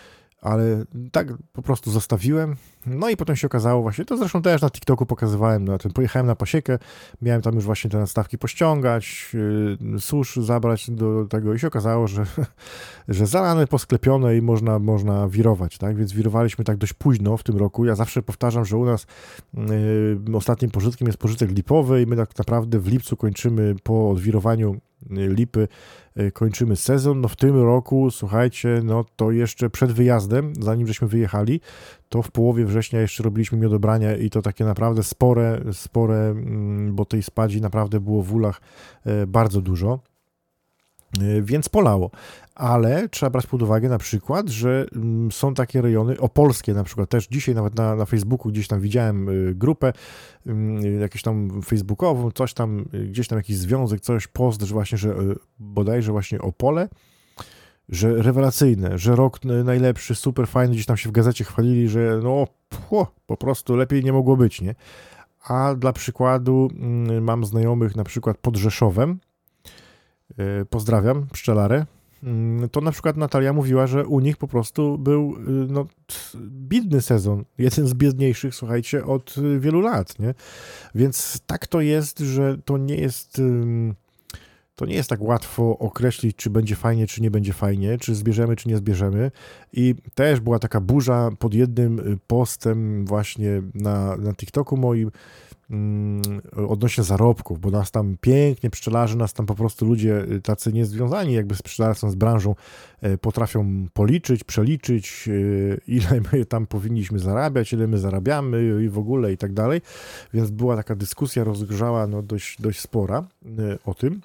ale tak po prostu zostawiłem. No i potem się okazało właśnie, to zresztą też na TikToku pokazywałem, na tym pojechałem na pasiekę, miałem tam już właśnie te nastawki pościągać, yy, susz zabrać do tego i się okazało, że, że zalane, posklepione i można, można wirować, tak, więc wirowaliśmy tak dość późno w tym roku. Ja zawsze powtarzam, że u nas yy, ostatnim pożytkiem jest pożytek lipowy i my tak naprawdę w lipcu kończymy po odwirowaniu lipy, kończymy sezon. No w tym roku, słuchajcie, no to jeszcze przed wyjazdem, zanim żeśmy wyjechali, to w połowie września jeszcze robiliśmy miodobrania i to takie naprawdę spore, spore, bo tej spadzi naprawdę było w ulach bardzo dużo, więc polało. Ale trzeba brać pod uwagę na przykład, że są takie rejony opolskie na przykład, też dzisiaj nawet na, na Facebooku gdzieś tam widziałem grupę jakąś tam facebookową, coś tam, gdzieś tam jakiś związek, coś, post, że właśnie, że bodajże właśnie Opole, że rewelacyjne, że rok najlepszy, super fajny, gdzieś tam się w gazecie chwalili, że no pło, po prostu lepiej nie mogło być, nie? A dla przykładu mam znajomych na przykład pod Rzeszowem, pozdrawiam, pszczelarę, to na przykład Natalia mówiła, że u nich po prostu był no, biedny sezon, jeden z biedniejszych, słuchajcie, od wielu lat, nie? Więc tak to jest, że to nie jest, to nie jest tak łatwo określić, czy będzie fajnie, czy nie będzie fajnie, czy zbierzemy, czy nie zbierzemy. I też była taka burza pod jednym postem właśnie na, na TikToku moim, odnośnie zarobków, bo nas tam pięknie pszczelarzy, nas tam po prostu ludzie tacy niezwiązani jakby z pszczelarstwem, z branżą potrafią policzyć, przeliczyć, ile my tam powinniśmy zarabiać, ile my zarabiamy i w ogóle i tak dalej, więc była taka dyskusja rozgrzała no dość, dość spora o tym.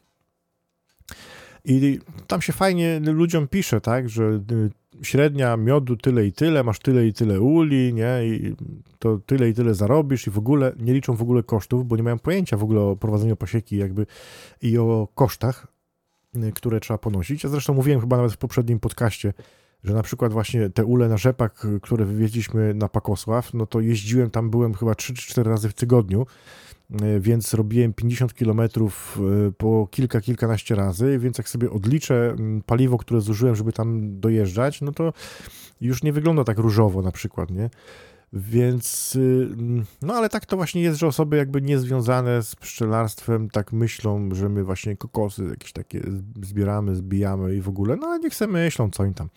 I tam się fajnie ludziom pisze, tak, że średnia miodu tyle i tyle, masz tyle i tyle uli, nie, i to tyle i tyle zarobisz i w ogóle nie liczą w ogóle kosztów, bo nie mają pojęcia w ogóle o prowadzeniu pasieki jakby i o kosztach, które trzeba ponosić. Ja zresztą mówiłem chyba nawet w poprzednim podcaście, że na przykład właśnie te ule na rzepak, które wywieźliśmy na Pakosław, no to jeździłem tam, byłem chyba trzy czy cztery razy w tygodniu, więc robiłem pięćdziesiąt kilometrów po kilka, kilkanaście razy, więc jak sobie odliczę paliwo, które zużyłem, żeby tam dojeżdżać, no to już nie wygląda tak różowo na przykład, nie? Więc, no ale tak to właśnie jest, że osoby jakby niezwiązane z pszczelarstwem tak myślą, że my właśnie kokosy jakieś takie zbieramy, zbijamy i w ogóle, no ale niech sobie myślą, co im tam.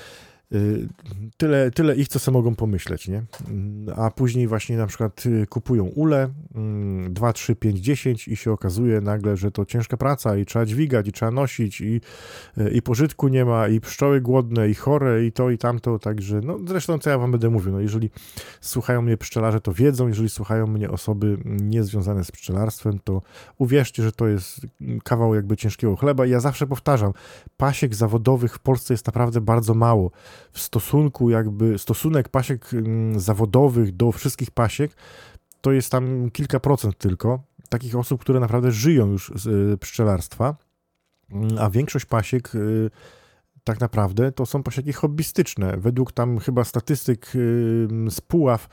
Tyle, tyle ich, co sobie mogą pomyśleć, nie? A później właśnie na przykład kupują ule dwa, trzy, pięć, dziesięć i się okazuje nagle, że to ciężka praca i trzeba dźwigać, i trzeba nosić i, i pożytku nie ma, i pszczoły głodne, i chore, i to, i tamto, także no zresztą co ja wam będę mówił, no jeżeli słuchają mnie pszczelarze, to wiedzą, jeżeli słuchają mnie osoby niezwiązane z pszczelarstwem, to uwierzcie, że to jest kawał jakby ciężkiego chleba i ja zawsze powtarzam, pasiek zawodowych w Polsce jest naprawdę bardzo mało. W stosunku jakby, stosunek pasiek zawodowych do wszystkich pasiek to jest tam kilka procent tylko takich osób, które naprawdę żyją już z pszczelarstwa, a większość pasiek tak naprawdę to są pasieki hobbystyczne. Według tam chyba statystyk z Puław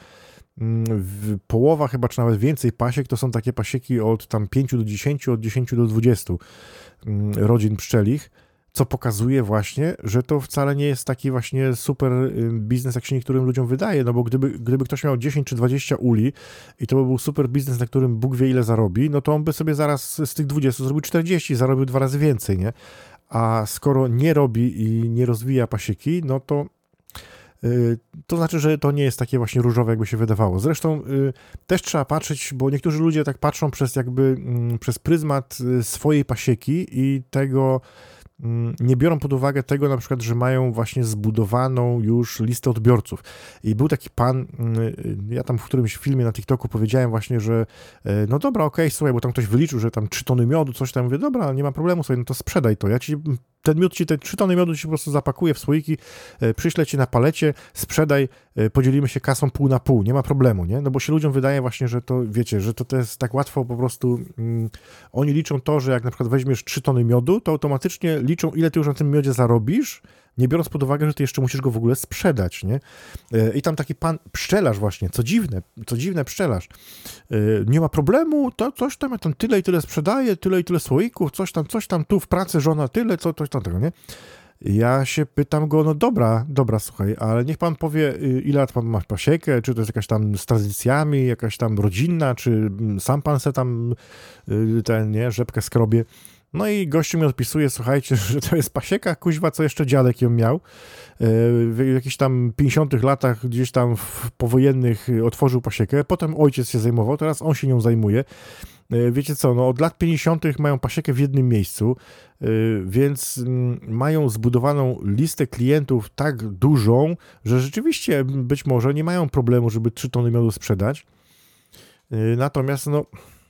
połowa chyba, czy nawet więcej pasiek to są takie pasieki od tam pięciu do dziesięciu, od dziesięciu do dwudziestu rodzin pszczelich, co pokazuje właśnie, że to wcale nie jest taki właśnie super biznes, jak się niektórym ludziom wydaje, no bo gdyby, gdyby ktoś miał dziesięć czy dwadzieścia uli i to by był super biznes, na którym Bóg wie ile zarobi, no to on by sobie zaraz z tych dwudziestu zrobił czterdzieści, zarobił dwa razy więcej, nie? A skoro nie robi i nie rozwija pasieki, no to yy, to znaczy, że to nie jest takie właśnie różowe, jakby się wydawało. Zresztą yy, też trzeba patrzeć, bo niektórzy ludzie tak patrzą przez jakby, yy, przez pryzmat yy, swojej pasieki i tego nie biorą pod uwagę tego na przykład, że mają właśnie zbudowaną już listę odbiorców. I był taki pan, ja tam w którymś filmie na TikToku powiedziałem właśnie, że no dobra, okej, okay, słuchaj, bo tam ktoś wyliczył, że tam trzy tony miodu, coś tam, mówię, dobra, nie ma problemu, słuchaj, no to sprzedaj to, ja ci ten miód ci, te trzy tony miodu ci po prostu zapakuję w słoiki, przyślę ci na palecie, sprzedaj, podzielimy się kasą pół na pół, nie ma problemu, nie? No bo się ludziom wydaje właśnie, że to, wiecie, że to, to jest tak łatwo po prostu, um, oni liczą to, że jak na przykład weźmiesz trzy tony miodu, to automatycznie liczą, ile ty już na tym miodzie zarobisz, nie biorąc pod uwagę, że ty jeszcze musisz go w ogóle sprzedać, nie? I tam taki pan pszczelarz właśnie, co dziwne, co dziwne pszczelarz, nie ma problemu, to coś tam, ja tam tyle i tyle sprzedaję, tyle i tyle słoików, coś tam, coś tam, tu w pracy żona tyle, co, coś tam tego, nie? Ja się pytam go, no dobra, dobra, słuchaj, ale niech pan powie, y, ile lat pan ma pasiekę, czy to jest jakaś tam z tradycjami, jakaś tam rodzinna, czy mm, sam pan se tam y, ten, nie, rzepkę skrobie. No i gościu mi odpisuje, słuchajcie, że to jest pasieka, kuźwa, co jeszcze dziadek ją miał. Y, W jakichś tam pięćdziesiątych latach, gdzieś tam w powojennych y, otworzył pasiekę, potem ojciec się zajmował, teraz on się nią zajmuje. E, Wiecie co, no od lat pięćdziesiątych mają pasiekę w jednym miejscu, e, więc mm, mają zbudowaną listę klientów tak dużą, że rzeczywiście być może nie mają problemu, żeby trzy tony miodu sprzedać. E, Natomiast no,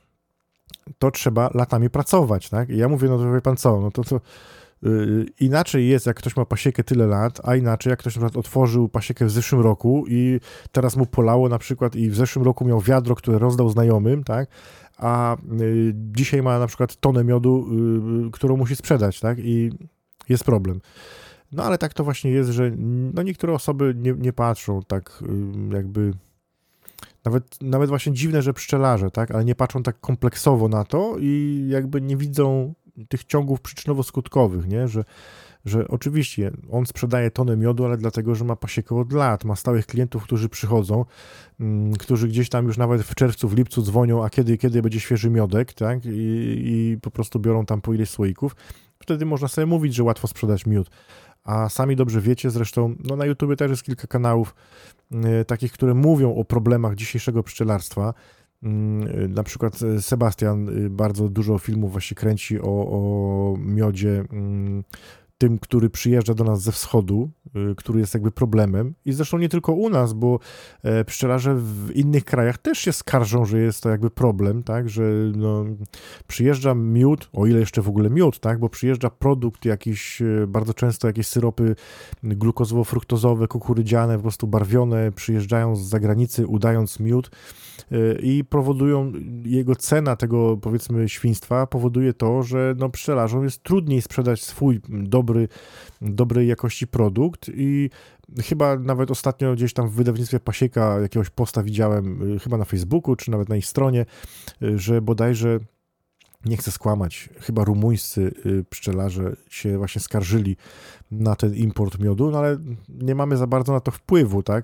to trzeba latami pracować, tak? I ja mówię, no to wie pan co, no to, to yy, inaczej jest, jak ktoś ma pasiekę tyle lat, a inaczej, jak ktoś na przykład otworzył pasiekę w zeszłym roku i teraz mu polało na przykład i w zeszłym roku miał wiadro, które rozdał znajomym, tak? A yy, dzisiaj ma na przykład tonę miodu, yy, którą musi sprzedać, tak? I jest problem. No ale tak to właśnie jest, że no, niektóre osoby nie, nie patrzą tak yy, jakby... Nawet, nawet właśnie dziwne, że pszczelarze, tak, ale nie patrzą tak kompleksowo na to i jakby nie widzą tych ciągów przyczynowo-skutkowych, nie, że, że oczywiście on sprzedaje tonę miodu, ale dlatego, że ma pasiekę od lat, ma stałych klientów, którzy przychodzą, mm, którzy gdzieś tam już nawet w czerwcu, w lipcu dzwonią, a kiedy, kiedy będzie świeży miodek, tak, i, i po prostu biorą tam po ileś słoików. Wtedy można sobie mówić, że łatwo sprzedać miód. A sami dobrze wiecie, zresztą no na YouTubie też jest kilka kanałów y, takich, które mówią o problemach dzisiejszego pszczelarstwa. Y, na przykład Sebastian y, bardzo dużo filmów właśnie kręci o, o miodzie, y, tym, który przyjeżdża do nas ze wschodu, y, który jest jakby problemem. I zresztą nie tylko u nas, bo e, pszczelarze w innych krajach też się skarżą, że jest to jakby problem, tak, że no, przyjeżdża miód, o ile jeszcze w ogóle miód, tak, bo przyjeżdża produkt jakiś, e, bardzo często jakieś syropy glukozowo-fruktozowe, kukurydziane, po prostu barwione, przyjeżdżają z zagranicy, udając miód e, i powodują, jego cena tego, powiedzmy, świństwa powoduje to, że no, pszczelarzom jest trudniej sprzedać swój dobry dobrej jakości produkt i chyba nawet ostatnio gdzieś tam w wydawnictwie Pasieka jakiegoś posta widziałem, chyba na Facebooku, czy nawet na ich stronie, że bodajże, nie chcę skłamać, chyba rumuńscy pszczelarze się właśnie skarżyli na ten import miodu, no ale nie mamy za bardzo na to wpływu, tak?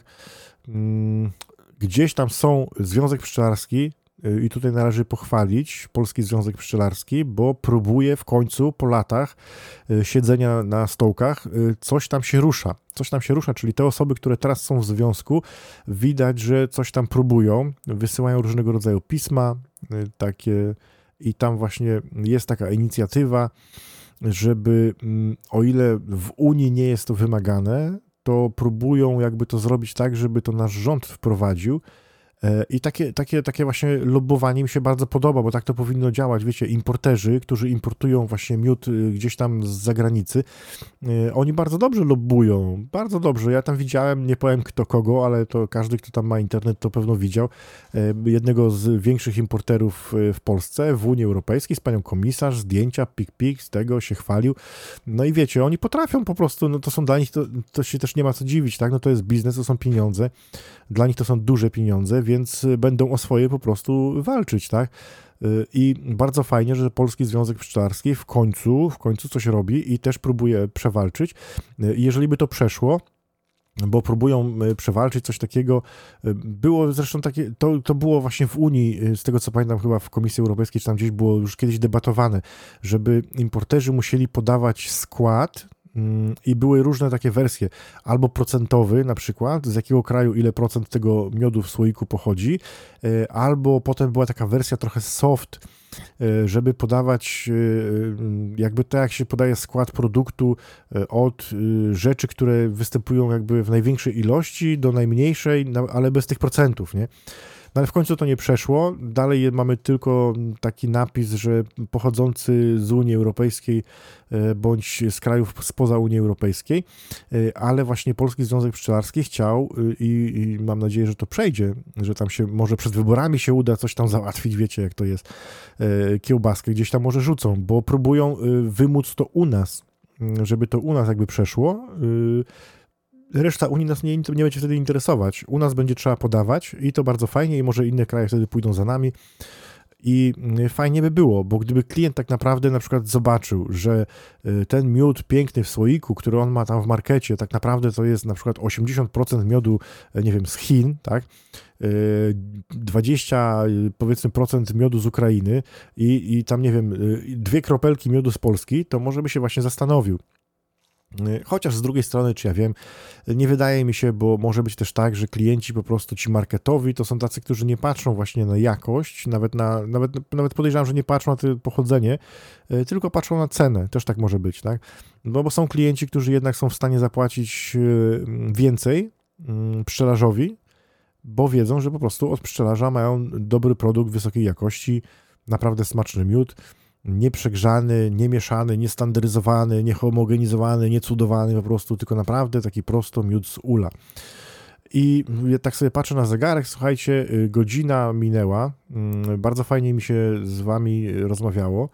Gdzieś tam są Związek Pszczelarski, i tutaj należy pochwalić Polski Związek Pszczelarski, bo próbuje w końcu po latach siedzenia na stołkach, coś tam się rusza. Coś tam się rusza, czyli te osoby, które teraz są w związku, widać, że coś tam próbują, wysyłają różnego rodzaju pisma takie i tam właśnie jest taka inicjatywa, żeby o ile w Unii nie jest to wymagane, to próbują jakby to zrobić tak, żeby to nasz rząd wprowadził. I takie, takie, takie właśnie lobbowanie mi się bardzo podoba, bo tak to powinno działać. Wiecie, importerzy, którzy importują właśnie miód gdzieś tam z zagranicy, oni bardzo dobrze lobbują, bardzo dobrze. Ja tam widziałem, nie powiem kto kogo, ale to każdy, kto tam ma internet, to pewno widział, jednego z większych importerów w Polsce, w Unii Europejskiej, z panią komisarz, zdjęcia, pik-pik, z tego się chwalił. No i wiecie, oni potrafią po prostu, no to są dla nich, to, to się też nie ma co dziwić, tak? No to jest biznes, to są pieniądze, dla nich to są duże pieniądze, więc będą o swoje po prostu walczyć, tak? I bardzo fajnie, że Polski Związek Pszczelarski w końcu, w końcu coś robi i też próbuje przewalczyć. I jeżeli by to przeszło, bo próbują przewalczyć coś takiego, było zresztą takie, to, to było właśnie w Unii, z tego co pamiętam chyba w Komisji Europejskiej, czy tam gdzieś było już kiedyś debatowane, żeby importerzy musieli podawać skład i były różne takie wersje, albo procentowy na przykład, z jakiego kraju ile procent tego miodu w słoiku pochodzi, albo potem była taka wersja trochę soft, żeby podawać jakby tak jak się podaje skład produktu od rzeczy, które występują jakby w największej ilości do najmniejszej, ale bez tych procentów, nie? No ale w końcu to nie przeszło. Dalej mamy tylko taki napis, że pochodzący z Unii Europejskiej bądź z krajów spoza Unii Europejskiej, ale właśnie Polski Związek Pszczelarski chciał i, i mam nadzieję, że to przejdzie, że tam się może przed wyborami się uda coś tam załatwić, wiecie jak to jest, kiełbaskę gdzieś tam może rzucą, bo próbują wymóc to u nas, żeby to u nas jakby przeszło. Reszta Unii nas nie, nie będzie wtedy interesować. U nas będzie trzeba podawać i to bardzo fajnie i może inne kraje wtedy pójdą za nami I fajnie by było, bo gdyby klient tak naprawdę na przykład zobaczył, że ten miód piękny w słoiku, który on ma tam w markecie, tak naprawdę to jest na przykład osiemdziesiąt procent miodu, nie wiem, z Chin, tak? dwadzieścia powiedzmy procent miodu z Ukrainy i, i tam, nie wiem, dwie kropelki miodu z Polski, to może by się właśnie zastanowił. Chociaż z drugiej strony, czy ja wiem, nie wydaje mi się, bo może być też tak, że klienci po prostu ci marketowi to są tacy, którzy nie patrzą właśnie na jakość, nawet, na, nawet, nawet podejrzewam, że nie patrzą na to pochodzenie, tylko patrzą na cenę, też tak może być, tak? No bo są klienci, którzy jednak są w stanie zapłacić więcej pszczelarzowi, bo wiedzą, że po prostu od pszczelarza mają dobry produkt wysokiej jakości, naprawdę smaczny miód, nieprzegrzany, niemieszany, niestandaryzowany, niehomogenizowany, niecudowany po prostu, tylko naprawdę taki prosto miód z ula. I ja tak sobie patrzę na zegarek, słuchajcie, godzina minęła, bardzo fajnie mi się z wami rozmawiało.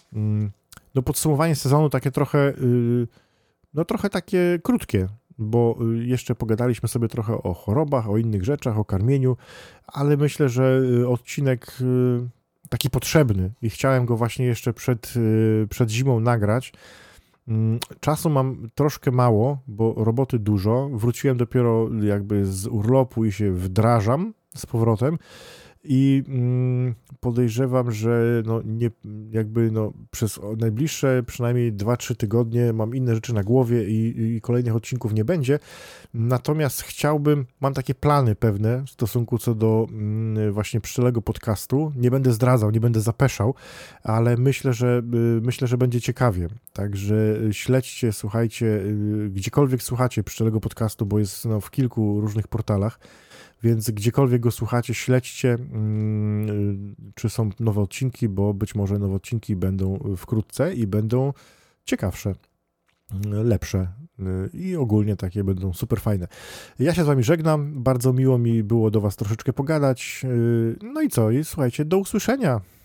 No podsumowanie sezonu takie trochę, no trochę takie krótkie, bo jeszcze pogadaliśmy sobie trochę o chorobach, o innych rzeczach, o karmieniu, ale myślę, że odcinek taki potrzebny i chciałem go właśnie jeszcze przed, przed zimą nagrać. Czasu mam troszkę mało, bo roboty dużo. Wróciłem dopiero jakby z urlopu i się wdrażam z powrotem i podejrzewam, że no nie, jakby no przez najbliższe przynajmniej dwa trzy tygodnie mam inne rzeczy na głowie i, i kolejnych odcinków nie będzie. Natomiast chciałbym, mam takie plany pewne w stosunku co do właśnie pszczelego podcastu. Nie będę zdradzał, nie będę zapeszał, ale myślę, że myślę, że będzie ciekawie. Także śledźcie, słuchajcie, gdziekolwiek słuchacie pszczelego podcastu, bo jest no, w kilku różnych portalach. Więc gdziekolwiek go słuchacie, śledźcie, czy są nowe odcinki, bo być może nowe odcinki będą wkrótce i będą ciekawsze, lepsze i ogólnie takie będą super fajne. Ja się z wami żegnam, bardzo miło mi było do was troszeczkę pogadać. No i co? I słuchajcie, do usłyszenia.